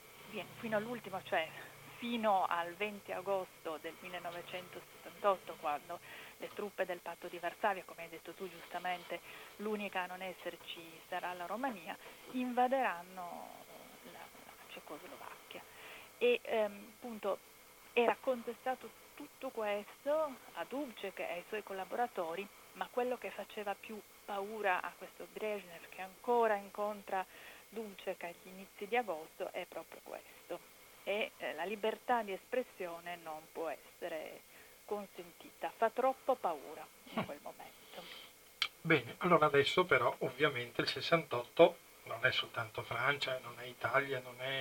cioè fino al 20 agosto del 1978, quando le truppe del patto di Varsavia, come hai detto tu giustamente, l'unica a non esserci sarà la Romania, invaderanno la Cecoslovacchia. E appunto era contestato tutto questo a Dubček e ai suoi collaboratori, ma quello che faceva più paura a questo Brezhnev, che ancora incontra Dubček agli inizi di agosto, è proprio questo. E la libertà di espressione non può essere consentita, fa troppo paura in quel momento. Bene, allora adesso però ovviamente il 68 non è soltanto Francia, non è Italia,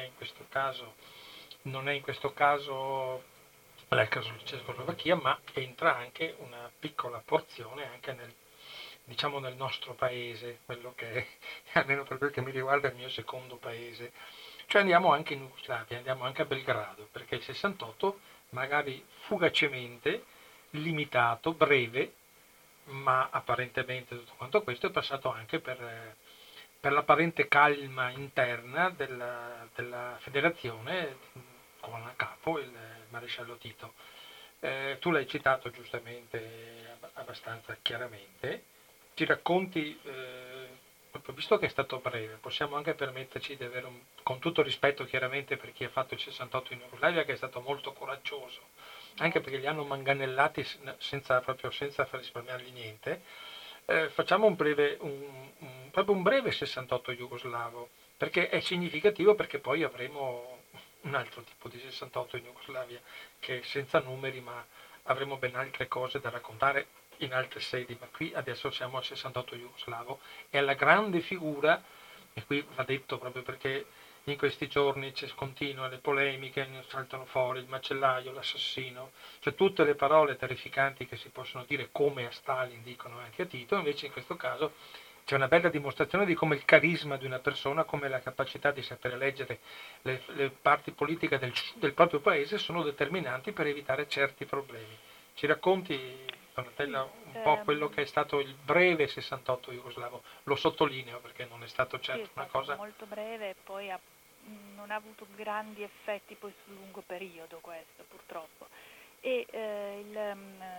non è in questo caso la Cecoslovacchia, ma entra anche una piccola porzione anche diciamo nel nostro paese, quello che è, almeno per quel che mi riguarda, il mio secondo paese. Cioè andiamo anche in Jugoslavia, andiamo anche a Belgrado, perché il 68 magari fugacemente, limitato, breve, ma apparentemente tutto quanto questo è passato anche per l'apparente calma interna della federazione con a capo il maresciallo Tito. Tu l'hai citato giustamente abbastanza chiaramente, ci racconti, visto che è stato breve, possiamo anche permetterci di avere, con tutto rispetto chiaramente per chi ha fatto il 68 in Jugoslavia, che è stato molto coraggioso, anche perché li hanno manganellati senza far risparmiargli niente. Facciamo proprio un breve 68 jugoslavo, perché è significativo, perché poi avremo un altro tipo di 68 in Jugoslavia, che è senza numeri, ma avremo ben altre cose da raccontare in altre sedi, ma qui adesso siamo al 68 jugoslavo e alla grande figura, e qui va detto proprio perché in questi giorni ci continuano le polemiche, saltano fuori il macellaio, l'assassino, cioè tutte le parole terrificanti che si possono dire, come a Stalin dicono anche a Tito. Invece in questo caso c'è una bella dimostrazione di come il carisma di una persona, come la capacità di sapere leggere le parti politiche del proprio paese sono determinanti per evitare certi problemi. Ci racconti, Sì, Donatella, un po' quello che è stato il breve 68 jugoslavo? Lo sottolineo perché non è stato sì, è certo una stato cosa. molto breve e poi non ha avuto grandi effetti poi sul lungo periodo questo, purtroppo. E il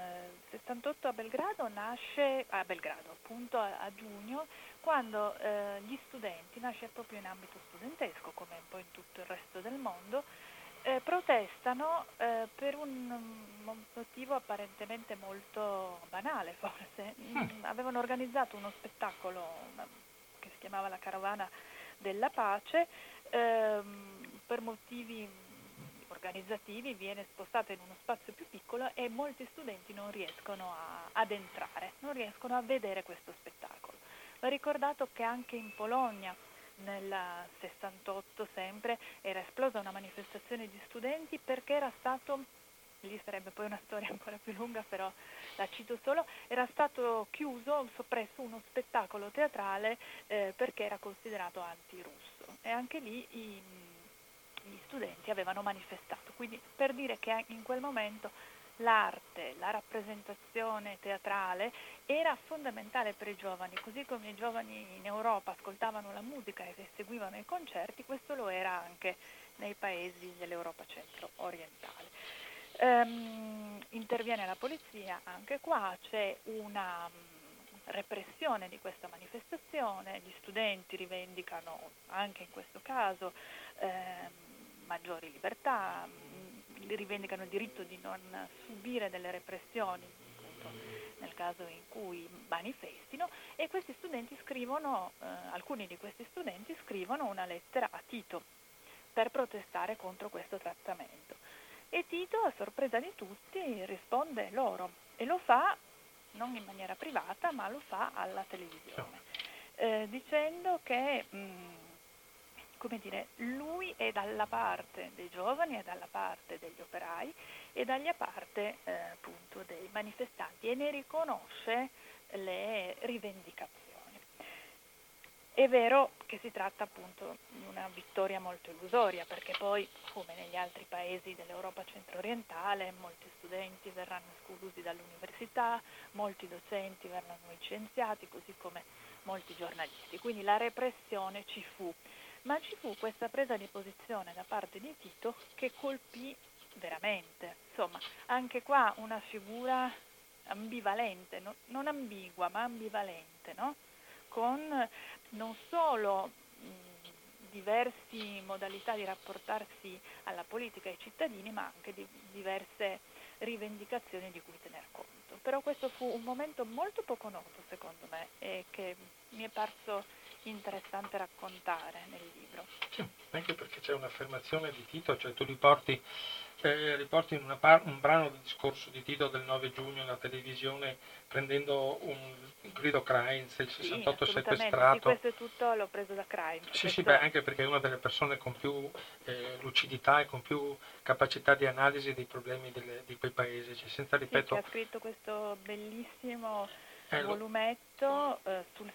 68 a Belgrado nasce, a Belgrado appunto a giugno, quando gli studenti, nasce proprio in ambito studentesco come un po' in tutto il resto del mondo, protestano per un motivo apparentemente molto banale, forse. Avevano organizzato uno spettacolo che si chiamava La Carovana della Pace, per motivi organizzativi viene spostata in uno spazio più piccolo e molti studenti non riescono ad entrare, non riescono a vedere questo spettacolo. Va ricordato che anche in Polonia nel 68 sempre era esplosa una manifestazione di studenti perché era stato, lì sarebbe poi una storia ancora più lunga, però la cito solo, era stato chiuso, soppresso uno spettacolo teatrale perché era considerato antirusso, e anche lì gli studenti avevano manifestato. Quindi, per dire che in quel momento l'arte, la rappresentazione teatrale era fondamentale per i giovani, così come i giovani in Europa ascoltavano la musica e seguivano i concerti, questo lo era anche nei paesi dell'Europa centro-orientale. Interviene la polizia, anche qua c'è una repressione di questa manifestazione, gli studenti rivendicano anche in questo caso maggiori libertà, rivendicano il diritto di non subire delle repressioni, appunto, nel caso in cui manifestino, e questi studenti scrivono, alcuni di questi studenti scrivono una lettera a Tito per protestare contro questo trattamento. E Tito, a sorpresa di tutti, risponde loro, e lo fa non in maniera privata, ma lo fa alla televisione, dicendo che come dire, lui è dalla parte dei giovani, è dalla parte degli operai, e dalla parte appunto dei manifestanti, e ne riconosce le rivendicazioni. È vero che si tratta appunto di una vittoria molto illusoria, perché poi, come negli altri paesi dell'Europa centro-orientale, molti studenti verranno esclusi dall'università, molti docenti verranno licenziati, così come molti giornalisti. Quindi la repressione ci fu, ma ci fu questa presa di posizione da parte di Tito che colpì veramente. Insomma, anche qua una figura ambivalente, non ambigua, ma ambivalente, no? Con non solo diverse modalità di rapportarsi alla politica e ai cittadini, ma anche di diverse rivendicazioni di cui tener conto. Però questo fu un momento molto poco noto, secondo me, e che mi è parso interessante raccontare nel libro. Sì, anche perché c'è un'affermazione di Tito, cioè tu riporti in un brano del discorso di Tito del 9 giugno alla televisione, prendendo un grido Krainz, il 68 sequestrato. Sì, questo è tutto, l'ho preso da Krainz. Sì, anche perché è una delle persone con più lucidità e con più capacità di analisi dei problemi di quei paesi. Cioè, senza, ripeto, che ha scritto questo bellissimo volumetto sul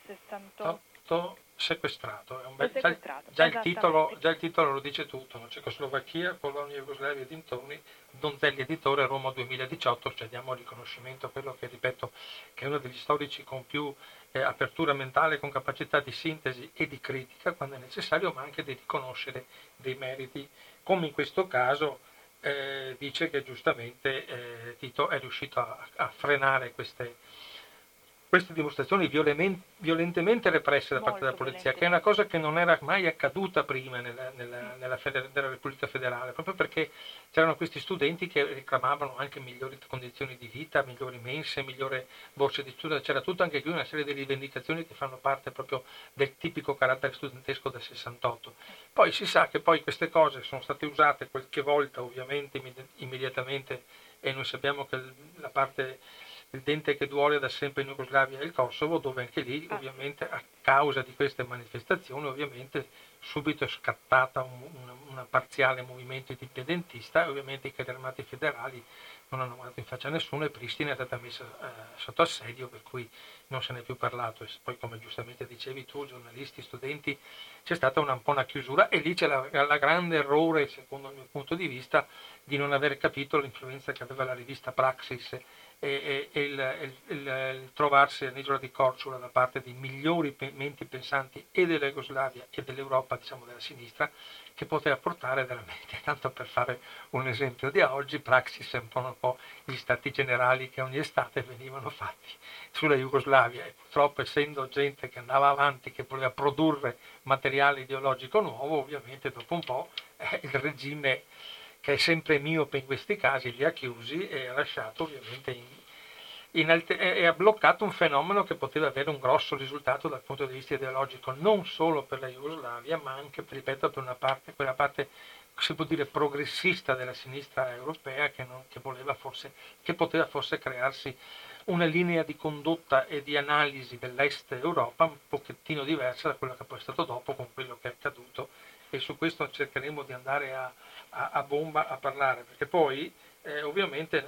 68 sequestrato. sequestrato. Già il titolo lo dice tutto, no? Cecoslovacchia, Polonia, Jugoslavia e dintorni, Donzelli editore, Roma 2018, cioè diamo riconoscimento a quello che, ripeto, che è uno degli storici con più apertura mentale, con capacità di sintesi e di critica quando è necessario, ma anche di riconoscere dei meriti, come in questo caso dice che giustamente Tito è riuscito a frenare queste dimostrazioni violentemente represse da parte della polizia, che è una cosa che non era mai accaduta prima nella Repubblica Federale, proprio perché c'erano questi studenti che reclamavano anche migliori condizioni di vita, migliori mense, migliori borse di studio, c'era tutta anche qui una serie di rivendicazioni che fanno parte proprio del tipico carattere studentesco del 68. Poi si sa che poi queste cose sono state usate qualche volta ovviamente immediatamente, e noi sappiamo che la parte, il dente che duole da sempre in Jugoslavia e il Kosovo, dove anche lì ovviamente a causa di queste manifestazioni ovviamente subito è scattata una parziale movimento indipendentista, e ovviamente i carri armati federali non hanno guardato in faccia a nessuno e Pristina è stata messa sotto assedio, per cui non se ne è più parlato. E poi, come giustamente dicevi tu, giornalisti, studenti, c'è stata un po' una chiusura, e lì c'è la grande errore, secondo il mio punto di vista, di non aver capito l'influenza che aveva la rivista Praxis e il trovarsi all'isola di Korčula da parte dei migliori menti pensanti e della Jugoslavia e dell'Europa, diciamo della sinistra, che poteva portare veramente, tanto per fare un esempio di oggi, Praxis è un po' gli stati generali che ogni estate venivano fatti sulla Jugoslavia, e purtroppo, essendo gente che andava avanti, che voleva produrre materiale ideologico nuovo, ovviamente dopo un po' il regime che è sempre miope in questi casi, li ha chiusi e ha lasciato ovviamente e ha bloccato un fenomeno che poteva avere un grosso risultato dal punto di vista ideologico, non solo per la Jugoslavia, ma anche, ripeto, per quella parte, si può dire, progressista della sinistra europea che poteva forse crearsi una linea di condotta e di analisi dell'est Europa un pochettino diversa da quello che poi è stato dopo con quello che è accaduto, e su questo cercheremo di andare a bomba a parlare, perché poi ovviamente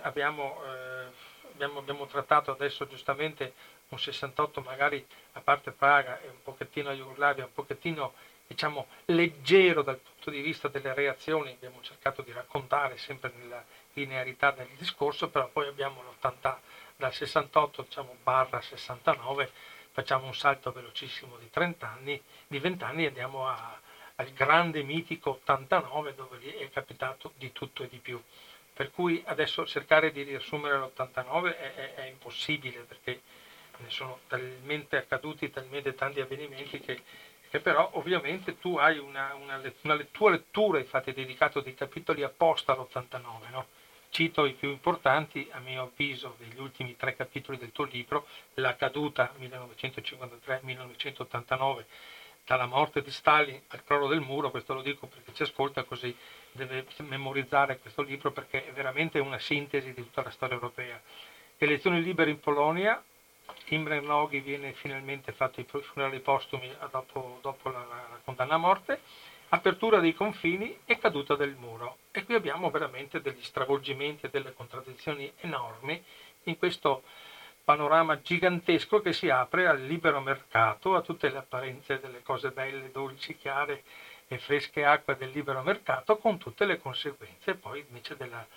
abbiamo trattato adesso giustamente un 68 magari, a parte Praga e un pochettino Jugoslavia, un pochettino diciamo leggero dal punto di vista delle reazioni, abbiamo cercato di raccontare sempre nella linearità del discorso, però poi abbiamo l'80, dal 68 diciamo barra 69, facciamo un salto velocissimo di 30 anni, di 20 anni, e andiamo al grande mitico 89, dove lì è capitato di tutto e di più. Per cui adesso cercare di riassumere l'89 è impossibile, perché ne sono talmente accaduti, talmente tanti avvenimenti che però ovviamente tu hai una tua lettura, infatti hai dedicato dei capitoli apposta all'89, no? Cito i più importanti, a mio avviso, degli ultimi 3 capitoli del tuo libro: la caduta 1953-1989, dalla morte di Stalin al crollo del muro. Questo lo dico perché ci ascolta, così deve memorizzare questo libro, perché è veramente una sintesi di tutta la storia europea. Elezioni libere in Polonia, Imre Nagy viene finalmente fatto i funerali postumi dopo la condanna a morte, apertura dei confini e caduta del muro. E qui abbiamo veramente degli stravolgimenti e delle contraddizioni enormi in questo panorama gigantesco che si apre al libero mercato, a tutte le apparenze delle cose belle, dolci, chiare e fresche acque del libero mercato, con tutte le conseguenze poi invece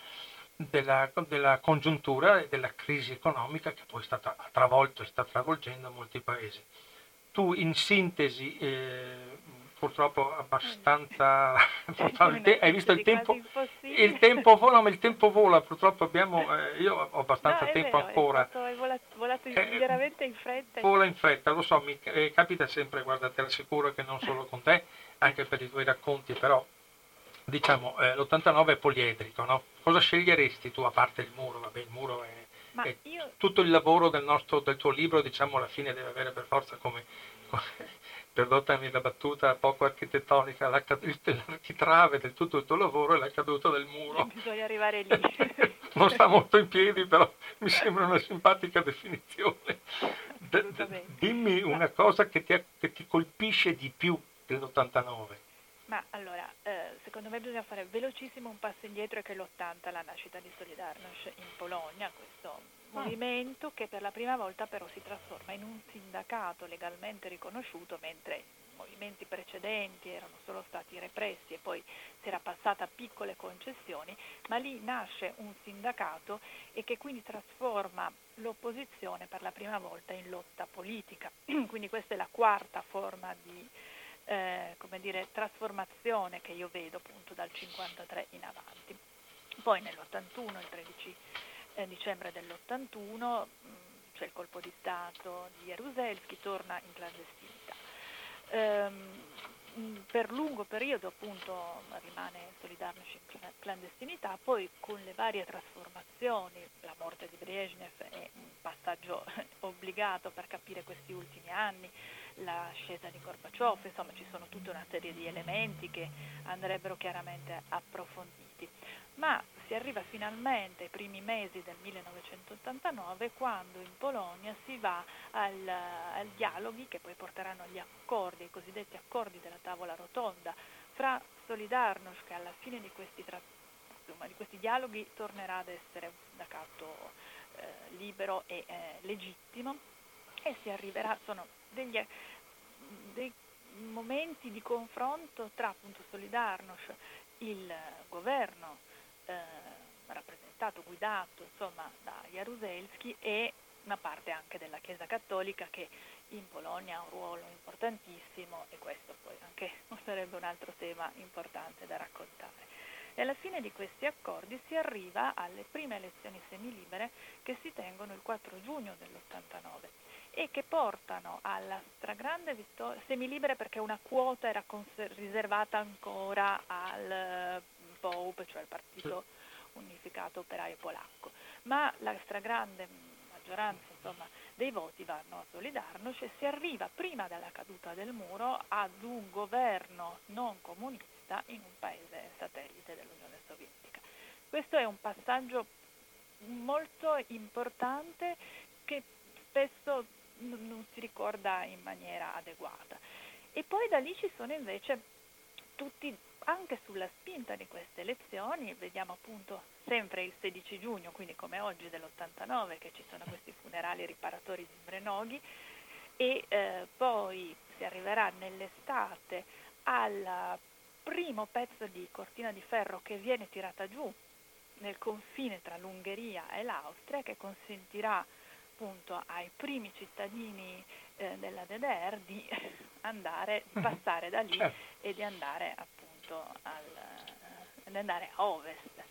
della congiuntura e della crisi economica che poi ha travolto e sta travolgendo molti paesi. Tu in sintesi, purtroppo abbastanza, hai visto il tempo vola, ma il tempo vola, purtroppo io ho No, abbastanza è tempo vero, ancora. è volato veramente in fretta. Vola in fretta, lo so, capita sempre, guarda, te l'assicuro che non solo con te, anche per i tuoi racconti, però diciamo l'89 è poliedrico, no? Cosa sceglieresti tu a parte il muro? Vabbè, il muro Ma è io tutto il lavoro del tuo libro, diciamo, alla fine deve avere per forza perdottami la battuta poco architettonica, l'architrave del tutto il tuo lavoro è la caduta del muro. bisogna arrivare lì. Non sta molto in piedi, però mi sembra una simpatica definizione. Assolutamente. Dimmi una cosa che ti colpisce di più dell'89. Ma allora, secondo me bisogna fare velocissimo un passo indietro, che è l'80, la nascita di Solidarność in Polonia, questo movimento che per la prima volta però si trasforma in un sindacato legalmente riconosciuto, mentre i movimenti precedenti erano solo stati repressi e poi si era passata a piccole concessioni, ma lì nasce un sindacato e che quindi trasforma l'opposizione per la prima volta in lotta politica. Quindi questa è la quarta forma di trasformazione che io vedo appunto dal 53 in avanti. Poi nell'81, il 13 dicembre dell'81, c'è il colpo di Stato di Jaruzelski, torna in clandestinità. Per lungo periodo appunto rimane Solidarność in clandestinità, poi con le varie trasformazioni, la morte di Brezhnev è un passaggio obbligato per capire questi ultimi anni, l'ascesa di Gorbaciov, insomma ci sono tutta una serie di elementi che andrebbero chiaramente approfonditi. Ma si arriva finalmente ai primi mesi del 1989, quando in Polonia si va ai dialoghi che poi porteranno agli accordi, ai cosiddetti accordi della tavola rotonda, fra Solidarność, che alla fine di questi dialoghi tornerà ad essere un sindacato libero e legittimo, e si arriverà, sono dei momenti di confronto tra appunto Solidarność, il governo rappresentato, guidato insomma da Jaruzelski, e una parte anche della Chiesa Cattolica, che in Polonia ha un ruolo importantissimo, e questo poi anche sarebbe un altro tema importante da raccontare. E alla fine di questi accordi si arriva alle prime elezioni semilibere che si tengono il 4 giugno dell'89 e che portano alla stragrande vittoria, semilibere perché una quota era riservata ancora al POUP, cioè il Partito Unificato Operaio Polacco, ma la stragrande maggioranza, insomma, dei voti vanno a Solidarnosc e si arriva prima della caduta del muro ad un governo non comunista in un paese satellite dell'Unione Sovietica. Questo è un passaggio molto importante che spesso non si ricorda in maniera adeguata. E poi da lì ci sono invece tutti, anche sulla spinta di queste elezioni, vediamo appunto sempre il 16 giugno, quindi come oggi dell'89, che ci sono questi funerali riparatori di Mbrenoghi, e poi si arriverà nell'estate al primo pezzo di cortina di ferro che viene tirata giù nel confine tra l'Ungheria e l'Austria, che consentirà appunto ai primi cittadini della DDR di passare da lì e di andare appunto di andare a ovest.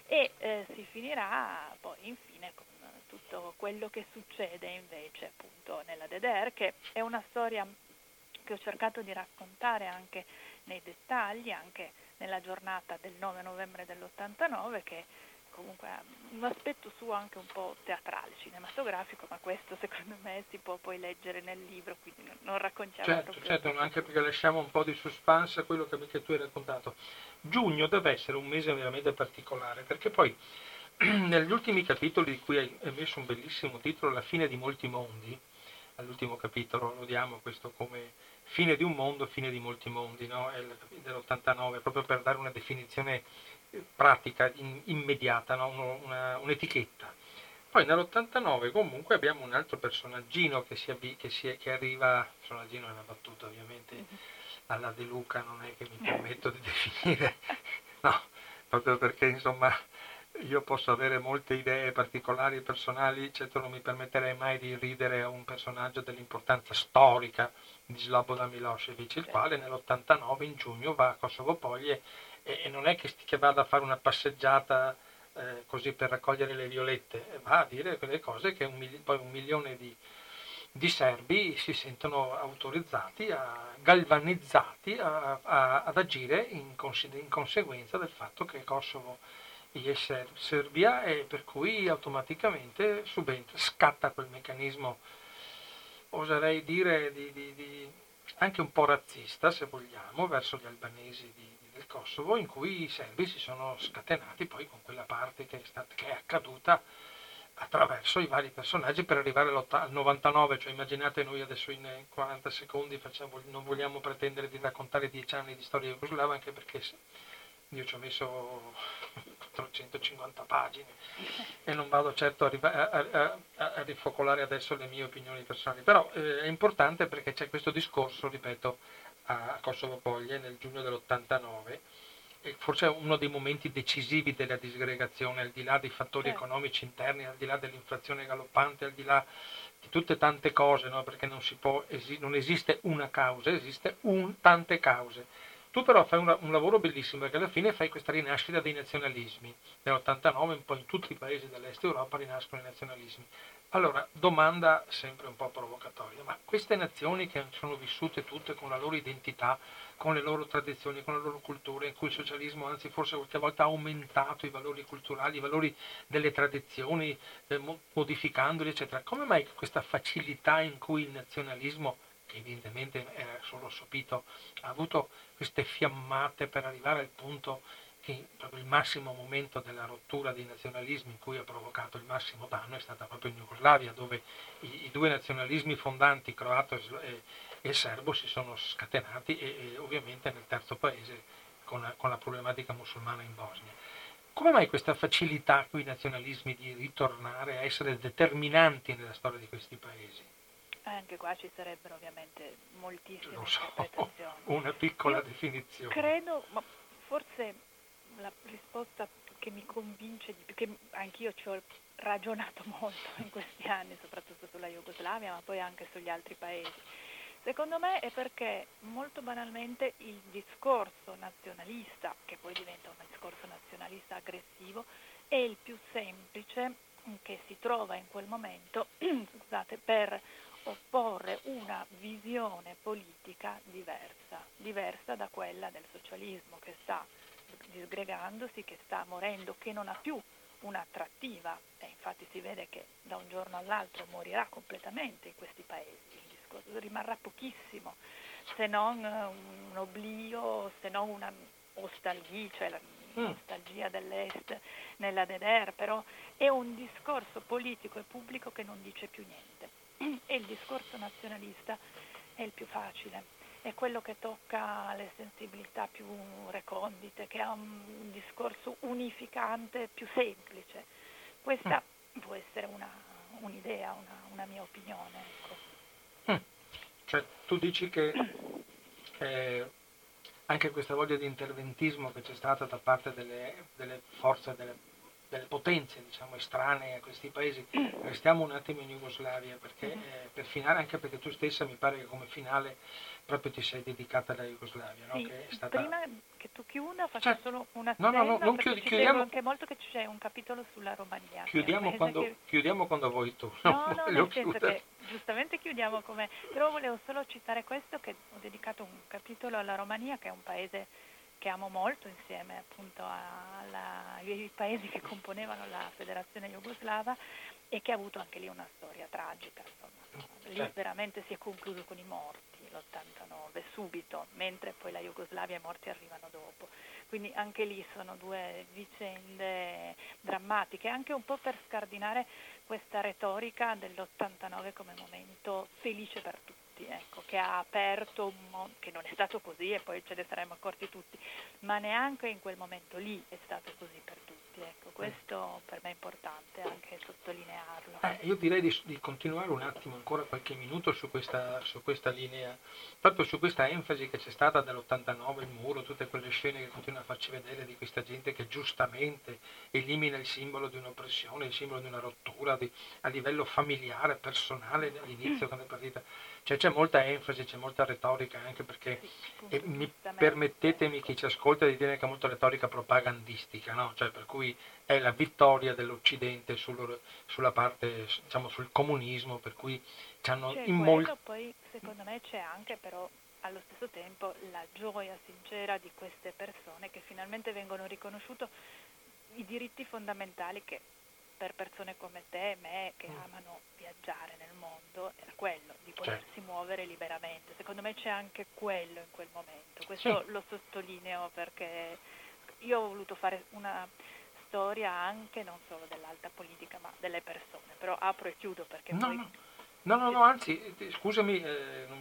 E si finirà poi infine con tutto quello che succede invece appunto nella DDR, che è una storia che ho cercato di raccontare anche nei dettagli, anche nella giornata del 9 novembre dell'89, che comunque ha un aspetto suo anche un po' teatrale, cinematografico, ma questo secondo me si può poi leggere nel libro, quindi non raccontiamo proprio. Certo, anche perché lasciamo un po' di suspense a quello che tu hai raccontato. Giugno deve essere un mese veramente particolare, perché poi negli ultimi capitoli, di cui hai messo un bellissimo titolo, La fine di molti mondi, all'ultimo capitolo lo diamo questo come fine di un mondo, fine di molti mondi, no? È dell'89, proprio per dare una definizione pratica, immediata, no? Un'etichetta. Poi nell'89 comunque abbiamo un altro personaggino che arriva, personaggino è una battuta ovviamente, alla De Luca, non è che mi permetto di definire, no, proprio perché insomma io posso avere molte idee particolari e personali, certo non mi permetterei mai di ridere a un personaggio dell'importanza storica di Slobodan Milošević, il quale nell'89 in giugno va a Kosovo Poglie e non è che vada a fare una passeggiata così per raccogliere le violette, va a dire quelle cose che poi 1 milione di serbi si sentono autorizzati, galvanizzati ad agire in conseguenza del fatto che Kosovo è Serbia, e per cui automaticamente scatta quel meccanismo, oserei dire, anche un po' razzista, se vogliamo, verso gli albanesi del Kosovo, in cui i serbi si sono scatenati poi con quella parte che è accaduta attraverso i vari personaggi per arrivare al 99, cioè immaginate noi adesso in 40 secondi non vogliamo pretendere di raccontare 10 anni di storia jugoslava, anche perché io ci ho messo 450 pagine e non vado certo a rifocolare adesso le mie opinioni personali, però è importante perché c'è questo discorso, ripeto, a Kosovo Poglie nel giugno dell'89, e forse è uno dei momenti decisivi della disgregazione, al di là dei fattori economici interni, al di là dell'inflazione galoppante, al di là di tutte tante cose, no? Perché non esiste una causa, esiste tante cause. Tu però fai un lavoro bellissimo, perché alla fine fai questa rinascita dei nazionalismi. Nell'89 un po' in tutti i paesi dell'est Europa rinascono i nazionalismi. Allora, domanda sempre un po' provocatoria, ma queste nazioni che sono vissute tutte con la loro identità, con le loro tradizioni, con la loro cultura, in cui il socialismo anzi forse qualche volta ha aumentato i valori culturali, i valori delle tradizioni, modificandoli, eccetera, come mai questa facilità in cui il nazionalismo, che evidentemente era solo sopito, ha avuto queste fiammate per arrivare al punto che proprio il massimo momento della rottura dei nazionalismi in cui ha provocato il massimo danno è stata proprio in Jugoslavia, dove i due nazionalismi fondanti, croato e serbo, si sono scatenati e ovviamente nel terzo paese con la problematica musulmana in Bosnia. Come mai questa facilità con i nazionalismi di ritornare a essere determinanti nella storia di questi paesi? Anche qua ci sarebbero ovviamente moltissime Lo so, interpretazioni. una piccola definizione. Credo, ma forse la risposta che mi convince di più, che anch'io ci ho ragionato molto in questi anni, soprattutto sulla Jugoslavia, ma poi anche sugli altri paesi. Secondo me è perché molto banalmente il discorso nazionalista, che poi diventa un discorso nazionalista aggressivo, è il più semplice che si trova in quel momento scusate, per opporre una visione politica diversa da quella del socialismo, che sta disgregandosi, che sta morendo, che non ha più un'attrattiva, e infatti si vede che da un giorno all'altro morirà completamente in questi paesi, il discorso rimarrà pochissimo, se non un oblio, se non una nostalgia, cioè la nostalgia dell'Est nella DDR, però è un discorso politico e pubblico che non dice più niente, e il discorso nazionalista è il più facile, è quello che tocca le sensibilità più recondite, che ha un discorso unificante più semplice. Questa può essere un'idea, una mia opinione. Ecco. Cioè, tu dici che anche questa voglia di interventismo che c'è stata da parte delle forze, delle potenze, diciamo, estranee a questi paesi, restiamo un attimo in Jugoslavia, perché per finale, anche perché tu stessa mi pare che come finale proprio ti sei dedicata alla Jugoslavia, no? Sì, Che è stata... prima che tu chiuda faccio solo un accenno, non perché ci chiudiamo... tengo anche molto che c'è un capitolo sulla Romania. Chiudiamo quando vuoi tu. No, nel senso che giustamente chiudiamo come... Però volevo solo citare questo, che ho dedicato un capitolo alla Romania, che è un paese che amo molto insieme appunto ai paesi che componevano la federazione jugoslava, e che ha avuto anche lì una storia tragica, insomma. Lì veramente si è concluso con i morti, l'89, subito, mentre poi la Jugoslavia, i morti arrivano dopo. Quindi anche lì sono due vicende drammatiche, anche un po' per scardinare questa retorica dell'89 come momento felice per tutti, ecco, che ha aperto un mondo, che non è stato così e poi ce ne saremmo accorti tutti, ma neanche in quel momento lì è stato così per tutti. Ecco, questo per me è importante anche sottolinearlo. Io direi di continuare un attimo, ancora qualche minuto su questa linea, proprio su questa enfasi che c'è stata dall'89, il muro, tutte quelle scene che continua a farci vedere di questa gente che giustamente elimina il simbolo di un'oppressione, il simbolo di una rottura a livello familiare, personale all'inizio quando è partita. Cioè c'è molta enfasi, c'è molta retorica, anche perché permettetemi chi ci ascolta di dire che è molto retorica propagandistica, no? Cioè per cui è la vittoria dell'Occidente sulla parte, diciamo, sul comunismo, per cui c'hanno c'è in quello, poi secondo me c'è anche però allo stesso tempo la gioia sincera di queste persone che finalmente vengono riconosciuti i diritti fondamentali che per persone come te e me che amano viaggiare nel mondo era quello, di potersi muovere liberamente. Secondo me c'è anche quello in quel momento. Questo lo sottolineo perché io ho voluto fare una storia anche non solo dell'alta politica ma delle persone, però apro e chiudo perché No, anzi, scusami, non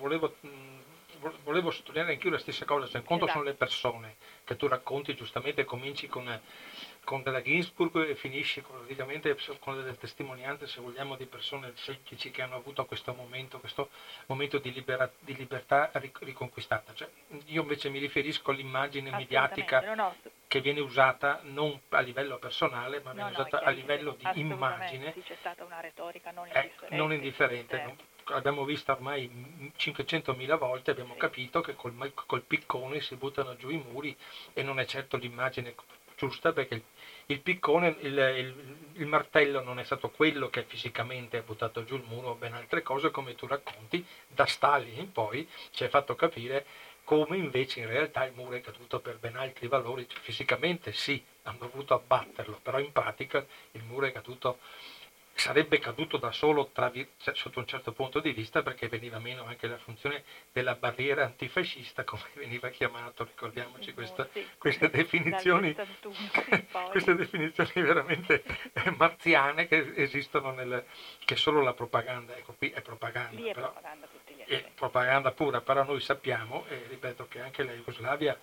volevo sottolineare anch'io la stessa cosa, cioè in conto sono le persone che tu racconti, giustamente cominci con della Ginsburg e finisci praticamente con delle testimonianze, se vogliamo, di persone semplici che hanno avuto questo momento di libertà riconquistata. Cioè, io invece mi riferisco all'immagine mediatica che viene usata non a livello personale, ma viene usata a livello di immagine. Sì, c'è stata una retorica non indifferente. L'abbiamo vista ormai 500.000 volte, abbiamo capito che col piccone si buttano giù i muri e non è certo l'immagine giusta, perché il piccone, il martello non è stato quello che fisicamente ha buttato giù il muro, ben altre cose, come tu racconti, da Stalin in poi ci hai fatto capire come invece in realtà il muro è caduto per ben altri valori. Cioè, fisicamente sì, hanno dovuto abbatterlo, però in pratica il muro è caduto, sarebbe caduto da solo sotto un certo punto di vista, perché veniva meno anche la funzione della barriera antifascista, come veniva chiamato, ricordiamoci queste definizioni queste definizioni veramente marziane che esistono che solo la propaganda, ecco, qui è propaganda, lì è però, propaganda a tutti gli è effetti. propaganda pura, però noi sappiamo, e ripeto, che anche la Jugoslavia,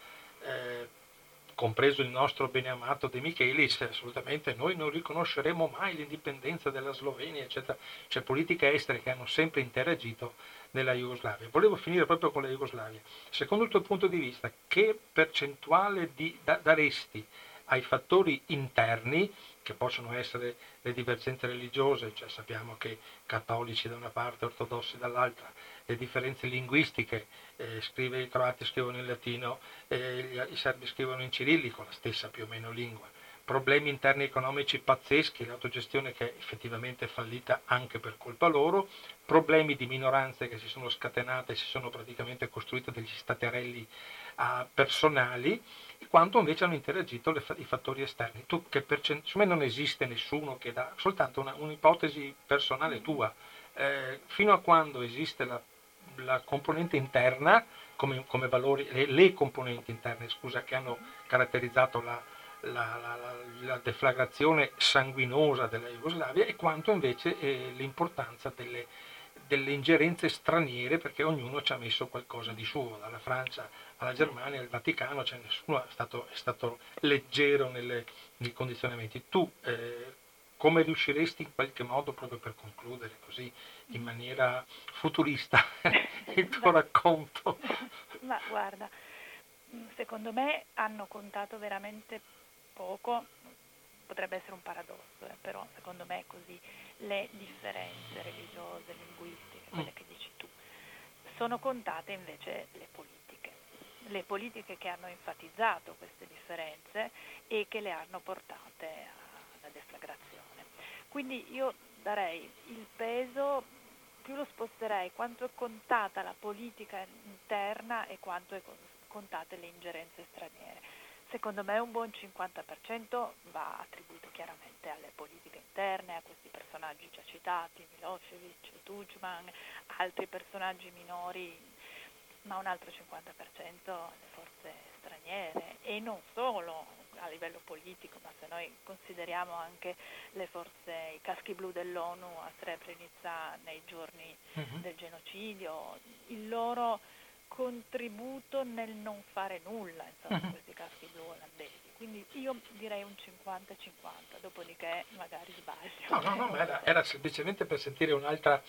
compreso il nostro beneamato De Michelis, assolutamente noi non riconosceremo mai l'indipendenza della Slovenia, eccetera. C'è politiche estere che hanno sempre interagito nella Jugoslavia. Volevo finire proprio con la Jugoslavia. Secondo il tuo punto di vista, che percentuale daresti ai fattori interni, che possono essere le divergenze religiose, cioè sappiamo che cattolici da una parte, ortodossi dall'altra, le differenze linguistiche, i croati scrivono in latino, i serbi scrivono in cirillico, la stessa più o meno lingua, problemi interni economici pazzeschi, l'autogestione che è effettivamente fallita anche per colpa loro, problemi di minoranze che si sono scatenate, si sono praticamente costruite degli staterelli personali, quanto invece hanno interagito i fattori esterni. Tu che secondo me non esiste nessuno che dà, soltanto un'ipotesi personale tua, fino a quando esiste la componente interna, come valori, le componenti interne, scusa, che hanno caratterizzato la deflagrazione sanguinosa della Jugoslavia, e quanto invece l'importanza delle ingerenze straniere, perché ognuno ci ha messo qualcosa di suo, dalla Francia alla Germania, al Vaticano, cioè nessuno è stato leggero nei condizionamenti. Tu come riusciresti in qualche modo, proprio per concludere così in maniera futurista, il tuo racconto? Ma guarda, secondo me hanno contato veramente poco, potrebbe essere un paradosso, però secondo me è così, le differenze religiose, linguistiche, quelle che dici tu. Sono contate invece le politiche che hanno enfatizzato queste differenze e che le hanno portate alla deflagrazione. Quindi io darei il peso, più lo sposterei quanto è contata la politica interna e quanto è contate le ingerenze straniere. Secondo me un buon 50% va attribuito chiaramente alle politiche interne, a questi personaggi già citati, Milosevic, Tudjman, altri personaggi minori, ma un altro 50% alle forze straniere, e non solo a livello politico, ma se noi consideriamo anche le forze, i caschi blu dell'ONU a Srebrenica nei giorni del genocidio, il loro contributo nel non fare nulla, insomma, questi caschi blu olandesi. Quindi io direi un 50-50, dopodiché magari sbaglio. No, ma era semplicemente per sentire un'altra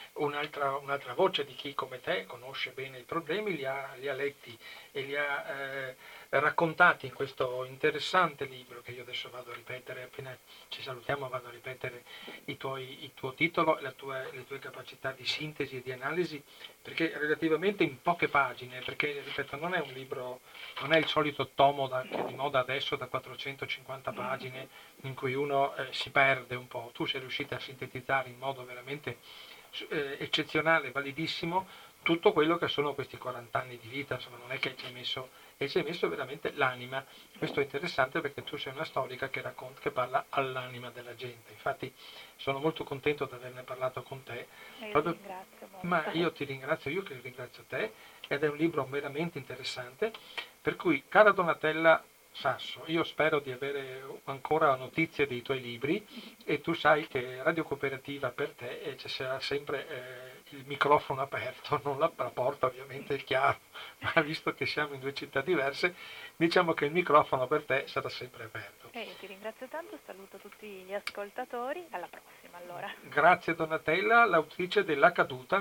voce di chi come te conosce bene i problemi, li ha letti e li ha raccontati in questo interessante libro, che io adesso vado a ripetere, appena ci salutiamo vado a ripetere il tuo titolo e le tue capacità di sintesi e di analisi, perché relativamente in poche pagine, perché ripeto non è un libro, non è il solito tomo che è di moda adesso da 450 pagine in cui uno si perde un po'. Tu sei riuscita a sintetizzare in modo veramente eccezionale, validissimo, tutto quello che sono questi 40 anni di vita, insomma non è che ci hai messo veramente l'anima. Questo è interessante perché tu sei una storica che parla all'anima della gente. Infatti sono molto contento di averne parlato con te. Proprio, ma io ti ringrazio, io che ringrazio te, ed è un libro veramente interessante, per cui cara Donatella Sasso, io spero di avere ancora notizie dei tuoi libri, e tu sai che Radio Cooperativa per te ci sarà sempre il microfono aperto, non la porta ovviamente è chiaro, ma visto che siamo in due città diverse, diciamo che il microfono per te sarà sempre aperto. Io ti ringrazio tanto, saluto tutti gli ascoltatori, alla prossima allora. Grazie Donatella, l'autrice della caduta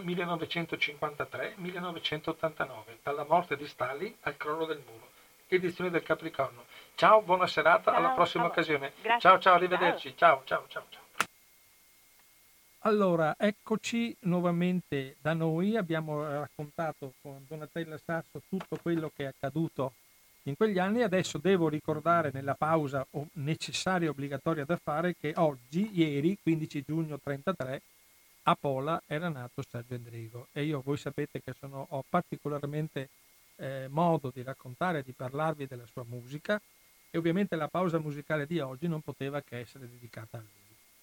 1953-1989, dalla morte di Stalin al crollo del muro, edizione del Capricorno. Ciao, buona serata, alla prossima occasione. Grazie. Ciao, arrivederci. Ciao. Allora, eccoci nuovamente da noi, abbiamo raccontato con Donatella Sasso tutto quello che è accaduto in quegli anni. Adesso devo ricordare nella pausa necessaria e obbligatoria da fare che ieri, 15 giugno 33, a Pola era nato Sergio Endrigo, e voi sapete che ho particolarmente modo di raccontare e di parlarvi della sua musica, e ovviamente la pausa musicale di oggi non poteva che essere dedicata a lui.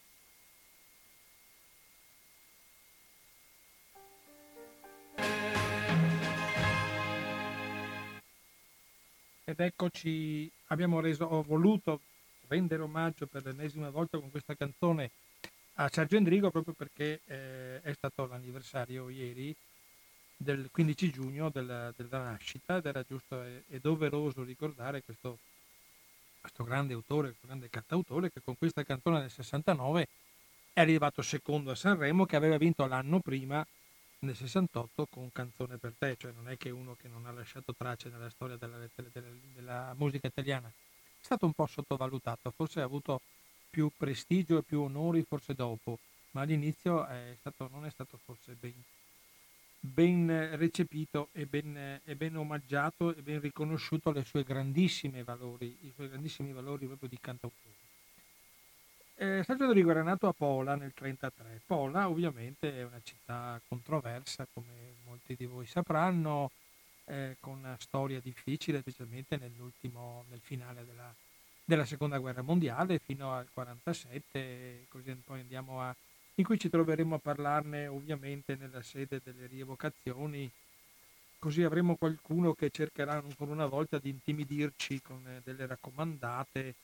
Ed eccoci, ho voluto rendere omaggio per l'ennesima volta con questa canzone a Sergio Endrigo, proprio perché è stato l'anniversario ieri del 15 giugno della nascita, ed era giusto e doveroso ricordare questo grande autore, questo grande cantautore, che con questa canzone del 69 è arrivato secondo a Sanremo, che aveva vinto l'anno prima, nel 68, con Canzone per te, cioè non è che uno che non ha lasciato tracce nella storia della musica italiana. È stato un po' sottovalutato, forse ha avuto più prestigio e più onori forse dopo, ma all'inizio non è stato forse ben recepito e ben omaggiato e ben riconosciuto i suoi grandissimi valori proprio di cantautore. Sergio Endrigo era nato a Pola nel 1933. Pola ovviamente è una città controversa, come molti di voi sapranno, con una storia difficile, specialmente nel finale della seconda guerra mondiale fino al 47, così poi in cui ci troveremo a parlarne ovviamente nella sede delle rievocazioni, così avremo qualcuno che cercherà ancora una volta di intimidirci con delle raccomandate,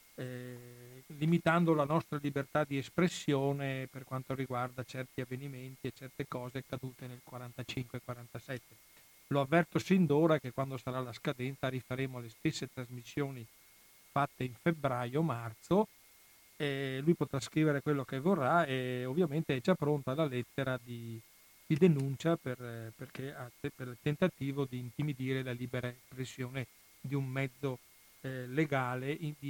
limitando la nostra libertà di espressione per quanto riguarda certi avvenimenti e certe cose accadute nel 45-47. Lo avverto sin d'ora che quando sarà la scadenza rifaremo le stesse trasmissioni fatte in febbraio-marzo, e lui potrà scrivere quello che vorrà, e ovviamente è già pronta la lettera di denuncia per il tentativo di intimidire la libera espressione di un mezzo legale,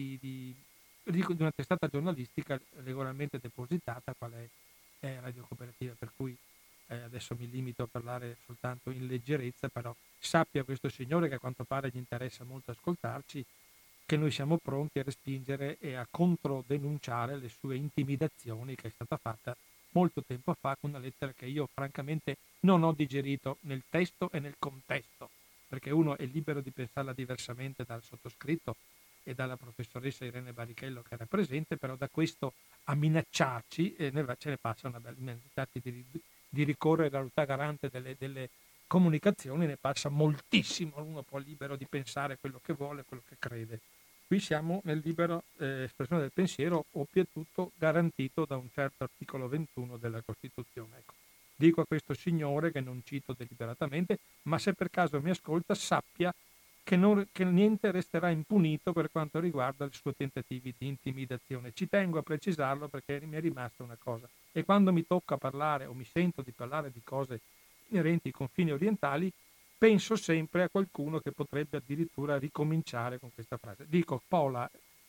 di una testata giornalistica regolarmente depositata, qual è Radio Cooperativa, per cui adesso mi limito a parlare soltanto in leggerezza, però sappia questo signore, che a quanto pare gli interessa molto ascoltarci, che noi siamo pronti a respingere e a controdenunciare le sue intimidazioni, che è stata fatta molto tempo fa con una lettera che io francamente non ho digerito nel testo e nel contesto, perché uno è libero di pensarla diversamente dal sottoscritto e dalla professoressa Irene Barichello che era presente, però da questo a minacciarci ce ne passa una bella, minacciarci di ricorrere all'autorità garante delle comunicazioni, ne passa moltissimo. Uno può libero di pensare quello che vuole, quello che crede. Qui siamo nel libero espressione del pensiero, oltretutto garantito da un certo articolo 21 della Costituzione. Ecco. Dico a questo signore, che non cito deliberatamente, ma se per caso mi ascolta, sappia che niente resterà impunito per quanto riguarda i suoi tentativi di intimidazione. Ci tengo a precisarlo perché mi è rimasta una cosa, e quando mi tocca parlare o mi sento di parlare di cose inerenti ai confini orientali, penso sempre a qualcuno che potrebbe addirittura ricominciare con questa frase. Dico, Pola,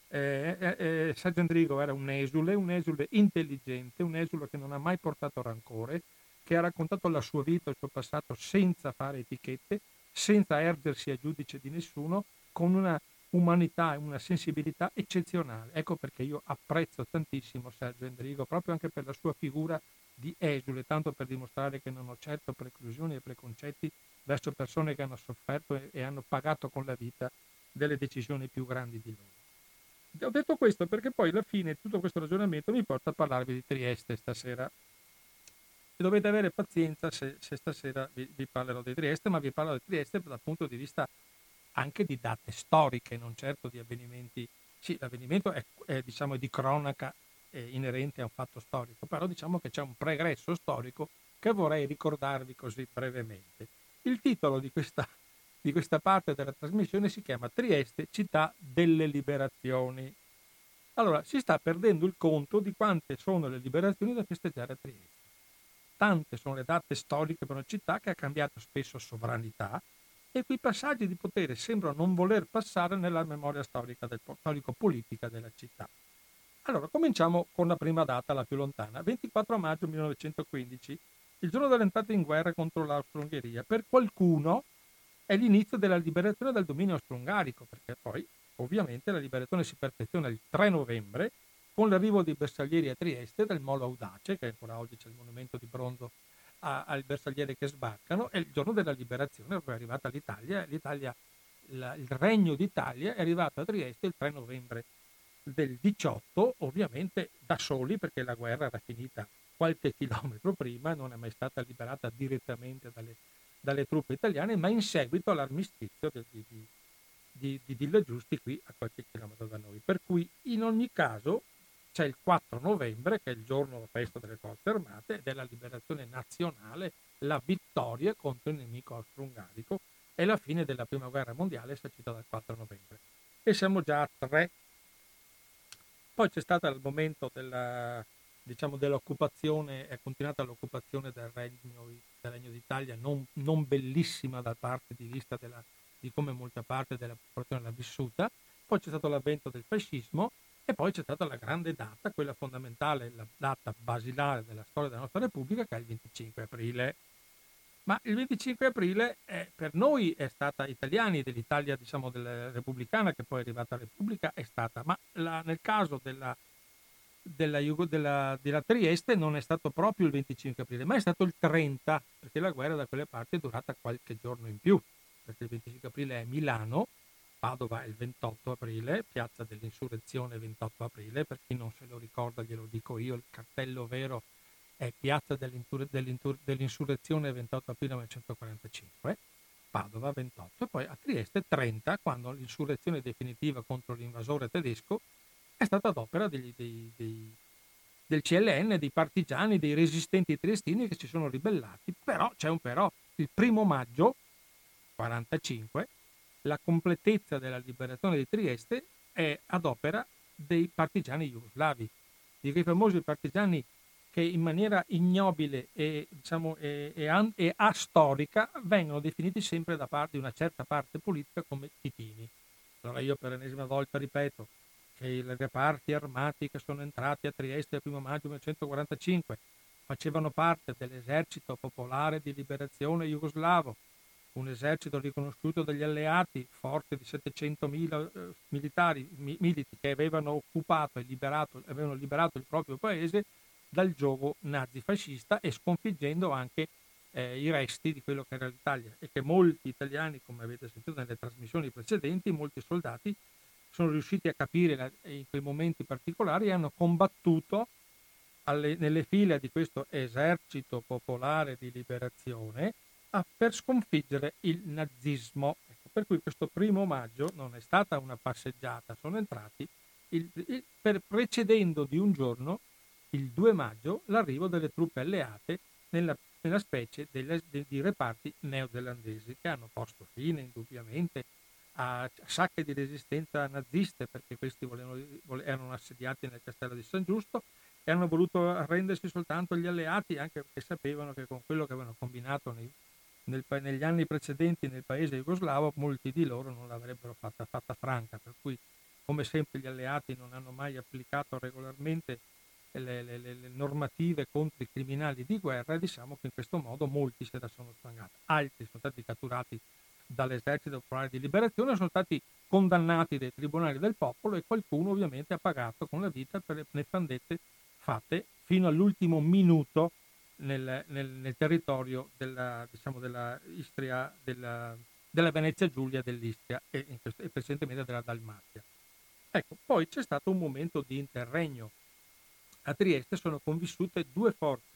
Sergio Endrigo era un esule intelligente, un esule che non ha mai portato rancore, che ha raccontato la sua vita, il suo passato senza fare etichette, senza ergersi a giudice di nessuno, con una umanità e una sensibilità eccezionale. Ecco perché io apprezzo tantissimo Sergio Endrigo, proprio anche per la sua figura di esule, tanto per dimostrare che non ho certo preclusioni e preconcetti verso persone che hanno sofferto e hanno pagato con la vita delle decisioni più grandi di loro. Ho detto questo perché poi alla fine tutto questo ragionamento mi porta a parlarvi di Trieste stasera. E dovete avere pazienza se stasera vi parlerò di Trieste, ma vi parlo di Trieste dal punto di vista anche di date storiche, non certo di avvenimenti. Sì, l'avvenimento è diciamo di cronaca inerente a un fatto storico, però diciamo che c'è un pregresso storico che vorrei ricordarvi così brevemente. Il titolo di questa parte della trasmissione si chiama Trieste, città delle liberazioni. Allora, si sta perdendo il conto di quante sono le liberazioni da festeggiare a Trieste. Tante sono le date storiche per una città che ha cambiato spesso sovranità, e quei passaggi di potere sembrano non voler passare nella memoria storico-politica della città. Allora, cominciamo con la prima data, la più lontana, 24 maggio 1915, il giorno dell'entrata in guerra contro l'Austro-Ungheria. Per qualcuno è l'inizio della liberazione dal dominio austro-ungarico, perché poi ovviamente la liberazione si perfeziona il 3 novembre con l'arrivo dei bersaglieri a Trieste del Molo Audace, che ancora oggi c'è il monumento di bronzo ai bersaglieri che sbarcano, è il giorno della liberazione, è arrivata il Regno d'Italia è arrivato a Trieste il 3 novembre del 18, ovviamente da soli, perché la guerra era finita qualche chilometro prima, non è mai stata liberata direttamente dalle truppe italiane, ma in seguito all'armistizio di Villa Giusti qui a qualche chilometro da noi. Per cui in ogni caso c'è il 4 novembre, che è il giorno della festa delle forze armate, della liberazione nazionale, la vittoria contro il nemico austro-ungarico e la fine della prima guerra mondiale sancita dal 4 novembre. E siamo già a 3. Poi c'è stato il momento dell'occupazione, è continuata l'occupazione del Regno d'Italia, non bellissima dal parte di vista di come molta parte della popolazione l'ha vissuta. Poi c'è stato l'avvento del fascismo, e poi c'è stata la grande data, quella fondamentale, la data basilare della storia della nostra Repubblica, che è il 25 aprile. Ma il 25 aprile per noi è stata, italiani dell'Italia, diciamo, della repubblicana, che poi è arrivata Repubblica, è stata, ma nel caso della Trieste non è stato proprio il 25 aprile, ma è stato il 30, perché la guerra da quelle parti è durata qualche giorno in più, perché il 25 aprile è Milano, Padova è il 28 aprile, piazza dell'insurrezione 28 aprile, per chi non se lo ricorda glielo dico io, il cartello vero è piazza dell'insurrezione 28 aprile 1945, Padova 28, e poi a Trieste 30, quando l'insurrezione definitiva contro l'invasore tedesco è stata ad opera del CLN, dei partigiani, dei resistenti triestini che si sono ribellati. Però c'è un però: il 1° maggio 45 la completezza della liberazione di Trieste è ad opera dei partigiani jugoslavi, di quei famosi partigiani che in maniera ignobile e, diciamo, e astorica vengono definiti sempre da parte di una certa parte politica come titini. Allora io per l'ennesima volta ripeto che i reparti armati che sono entrati a Trieste il 1° maggio 1945 facevano parte dell'esercito popolare di liberazione jugoslavo, un esercito riconosciuto dagli alleati, forte di 700.000 militari, militi che avevano occupato e avevano liberato il proprio paese dal giogo nazifascista e sconfiggendo anche i resti di quello che era l'Italia, e che molti italiani, come avete sentito nelle trasmissioni precedenti, molti soldati sono riusciti a capire in quei momenti particolari e hanno combattuto nelle file di questo esercito popolare di liberazione per sconfiggere il nazismo. Ecco, per cui questo 1° maggio non è stata una passeggiata, sono entrati precedendo di un giorno, il 2 maggio, l'arrivo delle truppe alleate nella specie di reparti neozelandesi, che hanno posto fine indubbiamente a sacche di resistenza naziste, perché questi erano assediati nel castello di San Giusto e hanno voluto arrendersi soltanto gli alleati, anche perché sapevano che con quello che avevano combinato negli anni precedenti nel paese jugoslavo molti di loro non l'avrebbero fatta franca, per cui come sempre gli alleati non hanno mai applicato regolarmente le normative contro i criminali di guerra, e diciamo che in questo modo molti se la sono sprangata. Altri sono stati catturati dall'esercito popolare di liberazione, sono stati condannati dai tribunali del popolo, e qualcuno ovviamente ha pagato con la vita per le nefandezze fatte fino all'ultimo minuto nel territorio della Istria, della Venezia Giulia, dell'Istria e precedentemente della Dalmazia. Ecco, poi c'è stato un momento di interregno. A Trieste sono convissute due forze: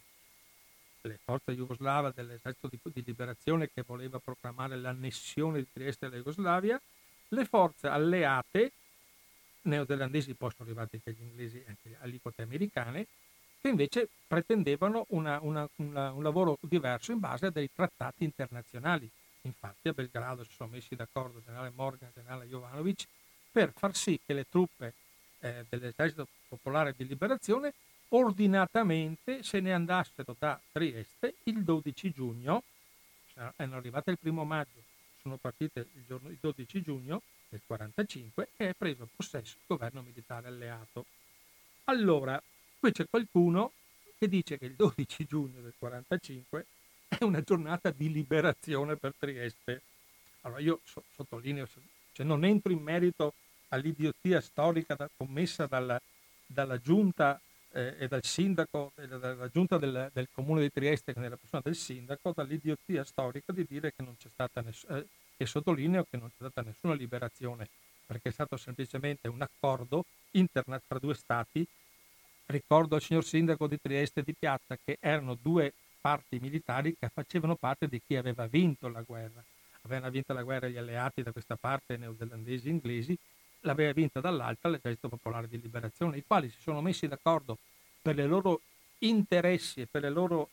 le forze jugoslave dell'esercito di liberazione, che voleva proclamare l'annessione di Trieste alla Jugoslavia, le forze alleate neozelandesi, poi sono arrivati anche gli inglesi e anche le aliquote americane, che invece pretendevano un lavoro diverso in base a dei trattati internazionali. Infatti a Belgrado si sono messi d'accordo il generale Morgan e il generale Jovanovic per far sì che le truppe dell'esercito popolare di liberazione ordinatamente se ne andassero da Trieste il 12 giugno, erano arrivate il 1° maggio, sono partite il 12 giugno del 45 e è preso possesso il governo militare alleato. Allora, qui c'è qualcuno che dice che il 12 giugno del 45 è una giornata di liberazione per Trieste. Allora io sottolineo, cioè non entro in merito all'idiozia storica commessa dalla giunta e dal sindaco, dalla giunta del comune di Trieste, che nella persona del sindaco, dall'idiozia storica di dire che non c'è stata e sottolineo che non c'è stata nessuna liberazione, perché è stato semplicemente un accordo tra due stati. Ricordo al signor sindaco di Trieste di Piazza che erano due parti militari che facevano parte di chi aveva vinto la guerra. Avevano vinto la guerra gli alleati da questa parte, neozelandesi e inglesi, l'aveva vinta dall'altra l'esercito popolare di liberazione, i quali si sono messi d'accordo per le loro interessi e per le loro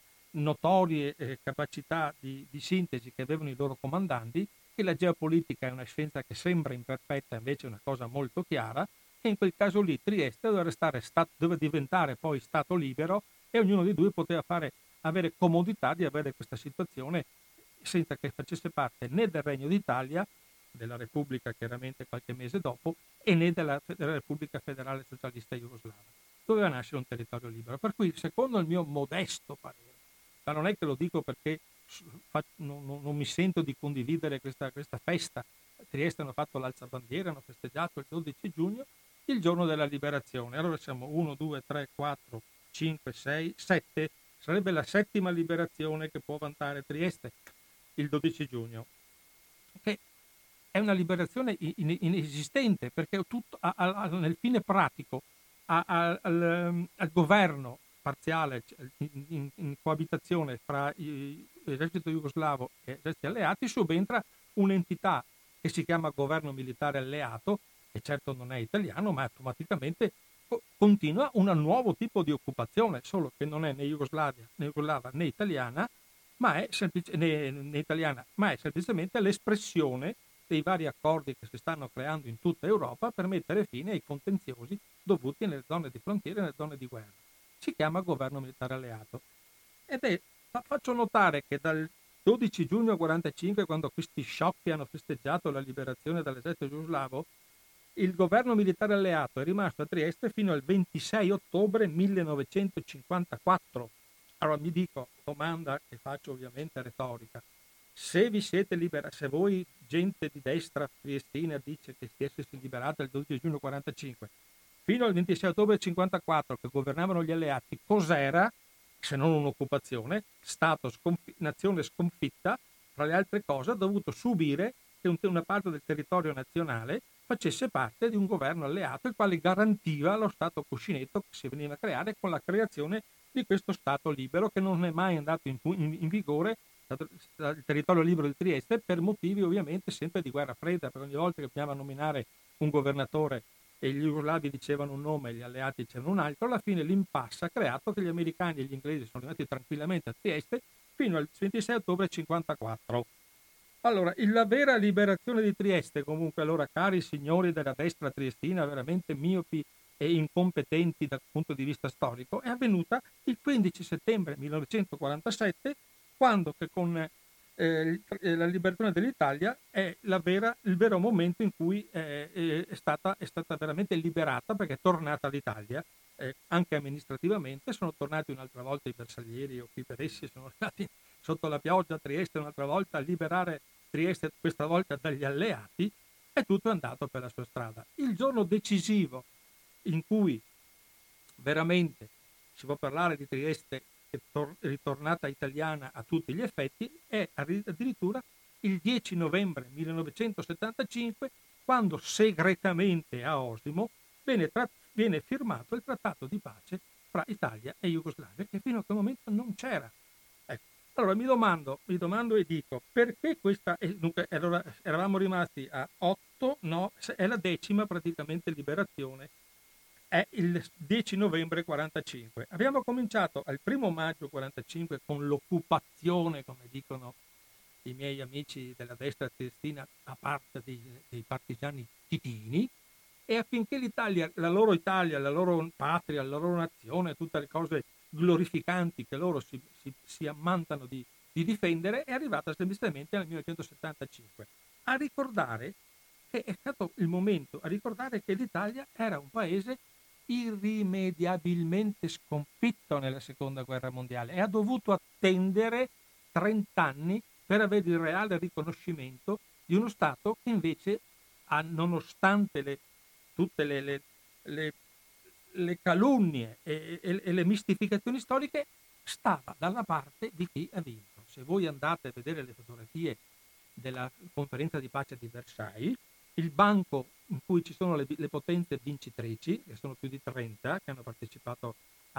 notorie capacità di sintesi che avevano i loro comandanti, che la geopolitica è una scienza che sembra imperfetta, invece è una cosa molto chiara, e in quel caso lì Trieste doveva diventare poi Stato libero, e ognuno dei due poteva avere comodità di avere questa situazione senza che facesse parte né del Regno d'Italia, della Repubblica chiaramente qualche mese dopo, e né della Repubblica Federale Socialista Jugoslava. Doveva nascere un territorio libero. Per cui, secondo il mio modesto parere, ma non è che lo dico perché non mi sento di condividere questa festa. A Trieste hanno fatto l'alzabandiera, hanno festeggiato il 12 giugno, il giorno della liberazione. Allora siamo 1, 2, 3, 4, 5, 6, 7. Sarebbe la settima liberazione che può vantare Trieste, il 12 giugno. Che è una liberazione inesistente, perché tutto nel fine pratico al governo parziale in coabitazione fra l'esercito jugoslavo e eserciti alleati subentra un'entità che si chiama governo militare alleato, che certo non è italiano, ma automaticamente continua un nuovo tipo di occupazione, solo che non è né jugoslava né italiana, ma è né italiana, ma è semplicemente l'espressione dei vari accordi che si stanno creando in tutta Europa per mettere fine ai contenziosi dovuti nelle zone di frontiera e nelle zone di guerra. Si chiama governo militare alleato. Faccio notare che dal 12 giugno 1945, quando questi sciocchi hanno festeggiato la liberazione dall'esercito jugoslavo, il governo militare alleato è rimasto a Trieste fino al 26 ottobre 1954. Allora mi dico, domanda che faccio ovviamente retorica, se vi siete liberati, se voi gente di destra triestina dice che si è liberata il 12 giugno 1945, fino al 26 ottobre 1954 che governavano gli alleati, cos'era se non un'occupazione, nazione sconfitta, tra le altre cose ha dovuto subire che una parte del territorio nazionale facesse parte di un governo alleato, il quale garantiva lo stato cuscinetto che si veniva a creare con la creazione di questo stato libero, che non è mai andato in vigore, il territorio libero di Trieste, per motivi ovviamente sempre di guerra fredda, perché ogni volta che bisognava nominare un governatore e gli jugoslavi dicevano un nome e gli alleati dicevano un altro, alla fine l'impasse ha creato che gli americani e gli inglesi sono rimasti tranquillamente a Trieste fino al 26 ottobre 1954. Allora, la vera liberazione di Trieste, comunque, allora, cari signori della destra triestina, veramente miopi e incompetenti dal punto di vista storico, è avvenuta il 15 settembre 1947, quando che con la liberazione dell'Italia è il vero momento in cui è stata veramente liberata, perché è tornata l'Italia, anche amministrativamente. Sono tornati un'altra volta i bersaglieri o qui per essi, sono stati sotto la pioggia a Trieste un'altra volta a liberare Trieste, questa volta dagli alleati, e tutto è andato per la sua strada. Il giorno decisivo in cui veramente si può parlare di Trieste ritornata italiana a tutti gli effetti è addirittura il 10 novembre 1975, quando segretamente a Osimo viene firmato il trattato di pace fra Italia e Jugoslavia, che fino a quel momento non c'era. Ecco. Allora mi domando e dico, perché questa... Dunque, allora, eravamo rimasti a 8, no, è la 10ª praticamente liberazione, è il 10 novembre 45. Abbiamo cominciato al 1 maggio 45 con l'occupazione, come dicono i miei amici della destra triestina, a parte dei partigiani titini, e affinché la loro patria, la loro nazione, tutte le cose glorificanti che loro si ammantano di difendere, è arrivata semplicemente nel 1975. A ricordare che è stato il momento, a ricordare che l'Italia era un paese irrimediabilmente sconfitto nella seconda guerra mondiale e ha dovuto attendere 30 anni per avere il reale riconoscimento di uno Stato che invece, nonostante tutte le calunnie e le mistificazioni storiche, stava dalla parte di chi ha vinto. Se voi andate a vedere le fotografie della conferenza di pace di Versailles, il banco in cui ci sono le potenze vincitrici, che sono più di 30, che hanno partecipato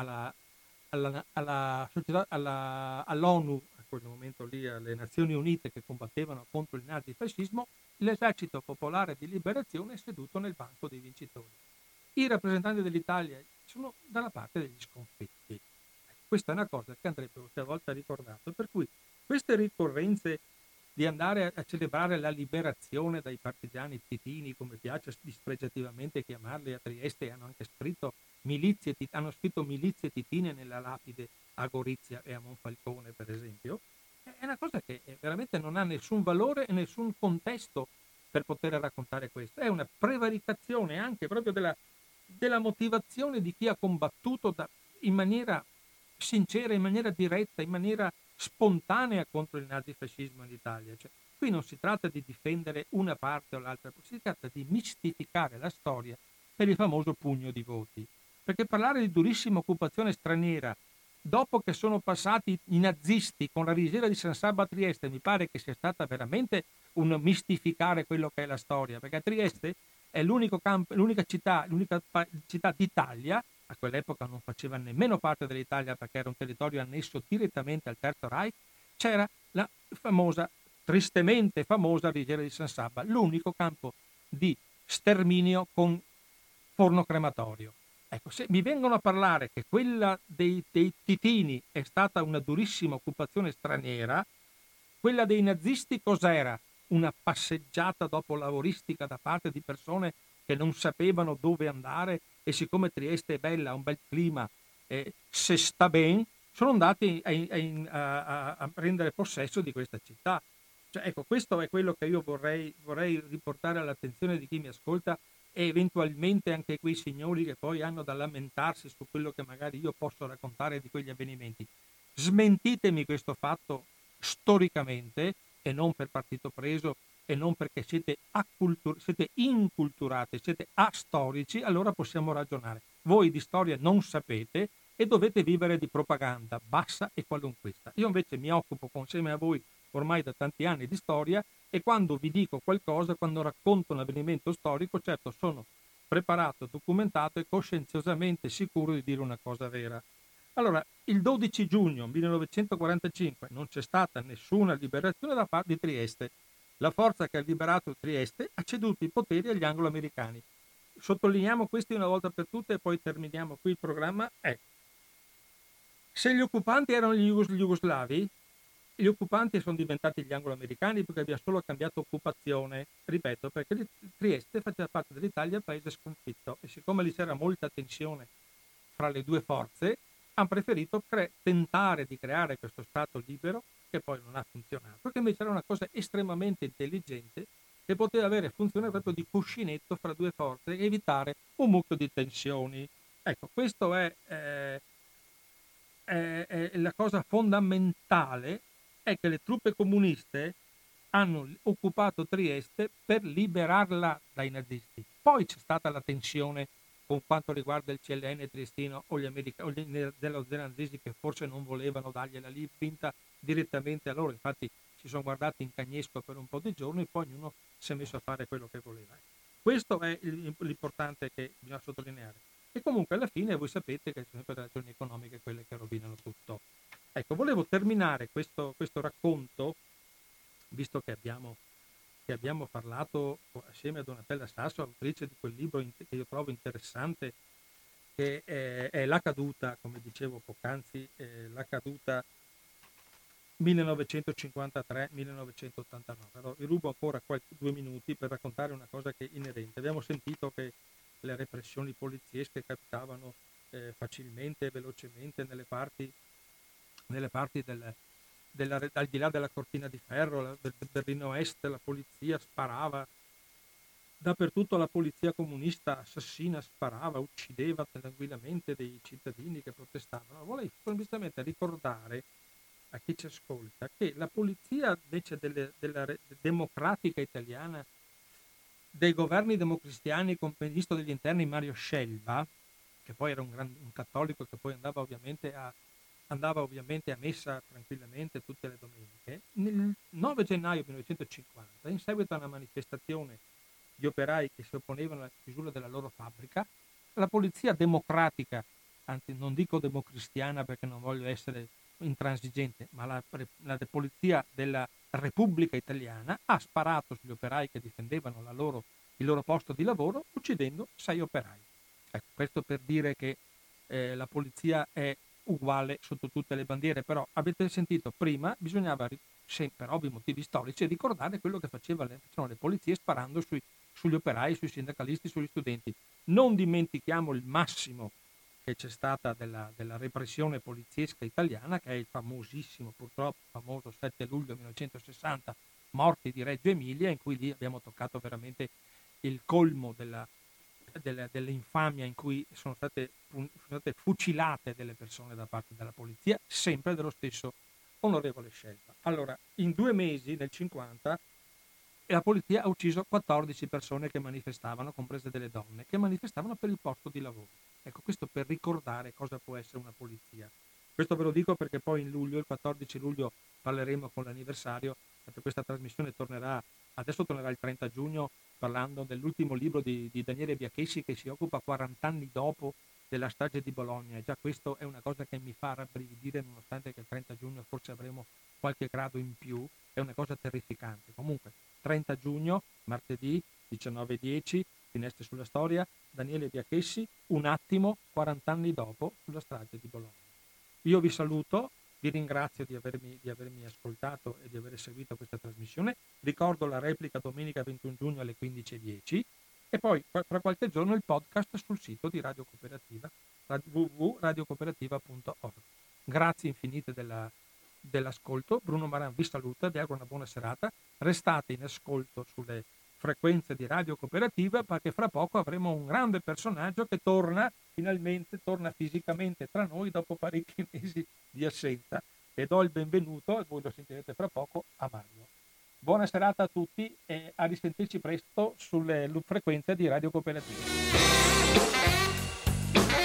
all'ONU, a quel momento lì, alle Nazioni Unite, che combattevano contro il nazifascismo, l'esercito popolare di liberazione è seduto nel banco dei vincitori. I rappresentanti dell'Italia sono dalla parte degli sconfitti. Questa è una cosa che andrebbe questa volta ricordato, per cui queste ricorrenze di andare a celebrare la liberazione dai partigiani titini, come piace dispregiativamente chiamarli a Trieste, e hanno anche scritto milizie titine nella lapide a Gorizia e a Monfalcone, per esempio, è una cosa che veramente non ha nessun valore e nessun contesto per poter raccontare questo. È una prevaricazione anche proprio della motivazione di chi ha combattuto in maniera sincera, in maniera diretta, in maniera spontanea contro il nazifascismo in Italia. Cioè, qui non si tratta di difendere una parte o l'altra, si tratta di mistificare la storia per il famoso pugno di voti. Perché parlare di durissima occupazione straniera dopo che sono passati i nazisti con la risiera di San Sabba a Trieste, mi pare che sia stata veramente un mistificare quello che è la storia, perché Trieste è l'unica città d'Italia, a quell'epoca non faceva nemmeno parte dell'Italia perché era un territorio annesso direttamente al Terzo Reich, c'era la famosa, tristemente famosa risiera di San Sabba, l'unico campo di sterminio con forno crematorio. Ecco, se mi vengono a parlare che quella dei titini è stata una durissima occupazione straniera, quella dei nazisti cos'era? Una passeggiata dopo lavoristica da parte di persone che non sapevano dove andare e siccome Trieste è bella, ha un bel clima, se sta bene, sono andati a prendere possesso di questa città. Cioè, ecco, questo è quello che io vorrei riportare all'attenzione di chi mi ascolta e eventualmente anche quei signori che poi hanno da lamentarsi su quello che magari io posso raccontare di quegli avvenimenti. Smentitemi questo fatto storicamente e non per partito preso e non perché siete inculturati, siete astorici, allora possiamo ragionare. Voi di storia non sapete e dovete vivere di propaganda bassa e qualunquista. Io invece mi occupo insieme a voi ormai da tanti anni di storia e quando vi dico qualcosa, quando racconto un avvenimento storico, certo sono preparato, documentato e coscienziosamente sicuro di dire una cosa vera. Allora, il 12 giugno 1945 non c'è stata nessuna liberazione da parte di Trieste. La forza che ha liberato Trieste ha ceduto i poteri agli anglo-americani. Sottolineiamo questi una volta per tutte e poi terminiamo qui il programma. Se gli occupanti erano gli jugoslavi, gli occupanti sono diventati gli anglo-americani perché abbiamo solo cambiato occupazione, ripeto, perché Trieste faceva parte dell'Italia paese sconfitto e siccome lì c'era molta tensione fra le due forze, hanno preferito tentare di creare questo Stato libero che poi non ha funzionato, che invece era una cosa estremamente intelligente che poteva avere funzione proprio di cuscinetto fra due forze e evitare un mucchio di tensioni. Ecco, questo è la cosa fondamentale, è che le truppe comuniste hanno occupato Trieste per liberarla dai nazisti. Poi c'è stata la tensione con quanto riguarda il CLN triestino o gli neozelandesi che forse non volevano dargliela lì vinta direttamente a loro, infatti si sono guardati in cagnesco per un po' di giorni e poi ognuno si è messo a fare quello che voleva. Questo è l'importante che bisogna sottolineare. E comunque alla fine voi sapete che sono sempre le ragioni economiche quelle che rovinano tutto. Ecco, volevo terminare questo racconto, visto che abbiamo parlato assieme a Donatella Sasso, autrice di quel libro che io trovo interessante, che è La caduta, come dicevo poc'anzi, La caduta 1953-1989. Allora, vi rubo ancora 2 minuti per raccontare una cosa che è inerente. Abbiamo sentito che le repressioni poliziesche capitavano facilmente e velocemente nelle parti al di là della cortina di ferro, del Berlino Est, la polizia sparava, dappertutto la polizia comunista assassina sparava, uccideva tranquillamente dei cittadini che protestavano. Vorrei semplicemente ricordare a chi ci ascolta che la polizia invece della democratica italiana, dei governi democristiani con il ministro degli interni Mario Scelba, che poi era un cattolico che poi andava ovviamente a messa tranquillamente tutte le domeniche, nel 9 gennaio 1950, in seguito a una manifestazione di operai che si opponevano alla chiusura della loro fabbrica, la polizia democratica, anzi non dico democristiana perché non voglio essere intransigente, ma la polizia della Repubblica Italiana ha sparato sugli operai che difendevano il loro posto di lavoro, uccidendo 6 operai. Ecco, questo per dire che la polizia è uguale sotto tutte le bandiere, però avete sentito prima, bisognava per ovvi motivi storici ricordare quello che facevano le polizie sparando sugli operai, sui sindacalisti, sugli studenti. Non dimentichiamo il massimo che c'è stata della repressione poliziesca italiana, che è il famosissimo, purtroppo famoso 7 luglio 1960, morti di Reggio Emilia, in cui lì abbiamo toccato veramente il colmo dell'infamia, in cui sono state fucilate delle persone da parte della polizia, sempre dello stesso onorevole scelta. Allora, in 2 mesi, nel 50, la polizia ha ucciso 14 persone che manifestavano, comprese delle donne, che manifestavano per il posto di lavoro. Ecco, questo per ricordare cosa può essere una polizia. Questo ve lo dico perché poi in luglio, il 14 luglio, parleremo con l'anniversario, perché questa trasmissione tornerà il 30 giugno, parlando dell'ultimo libro di Daniele Biachessi, che si occupa 40 anni dopo della strage di Bologna, e già questo è una cosa che mi fa rabbrividire, nonostante che il 30 giugno forse avremo qualche grado in più, è una cosa terrificante. Comunque, 30 giugno, martedì, 19:10, Finestre sulla storia, Daniele Biachessi, un attimo, 40 anni dopo, sulla strage di Bologna. Io vi saluto, vi ringrazio di avermi ascoltato e di aver seguito questa trasmissione. Ricordo la replica domenica 21 giugno alle 15:10 e poi tra qualche giorno il podcast sul sito di Radio Cooperativa, www.radiocooperativa.org. Grazie infinite dell'ascolto. Bruno Maran vi saluta, vi auguro una buona serata. Restate in ascolto sulle frequenze di Radio Cooperativa, perché fra poco avremo un grande personaggio che finalmente torna fisicamente tra noi dopo parecchi mesi di assenza, e do il benvenuto, e voi lo sentirete fra poco, a Mario. Buona serata a tutti e a risentirci presto sulle frequenze di Radio Cooperativa.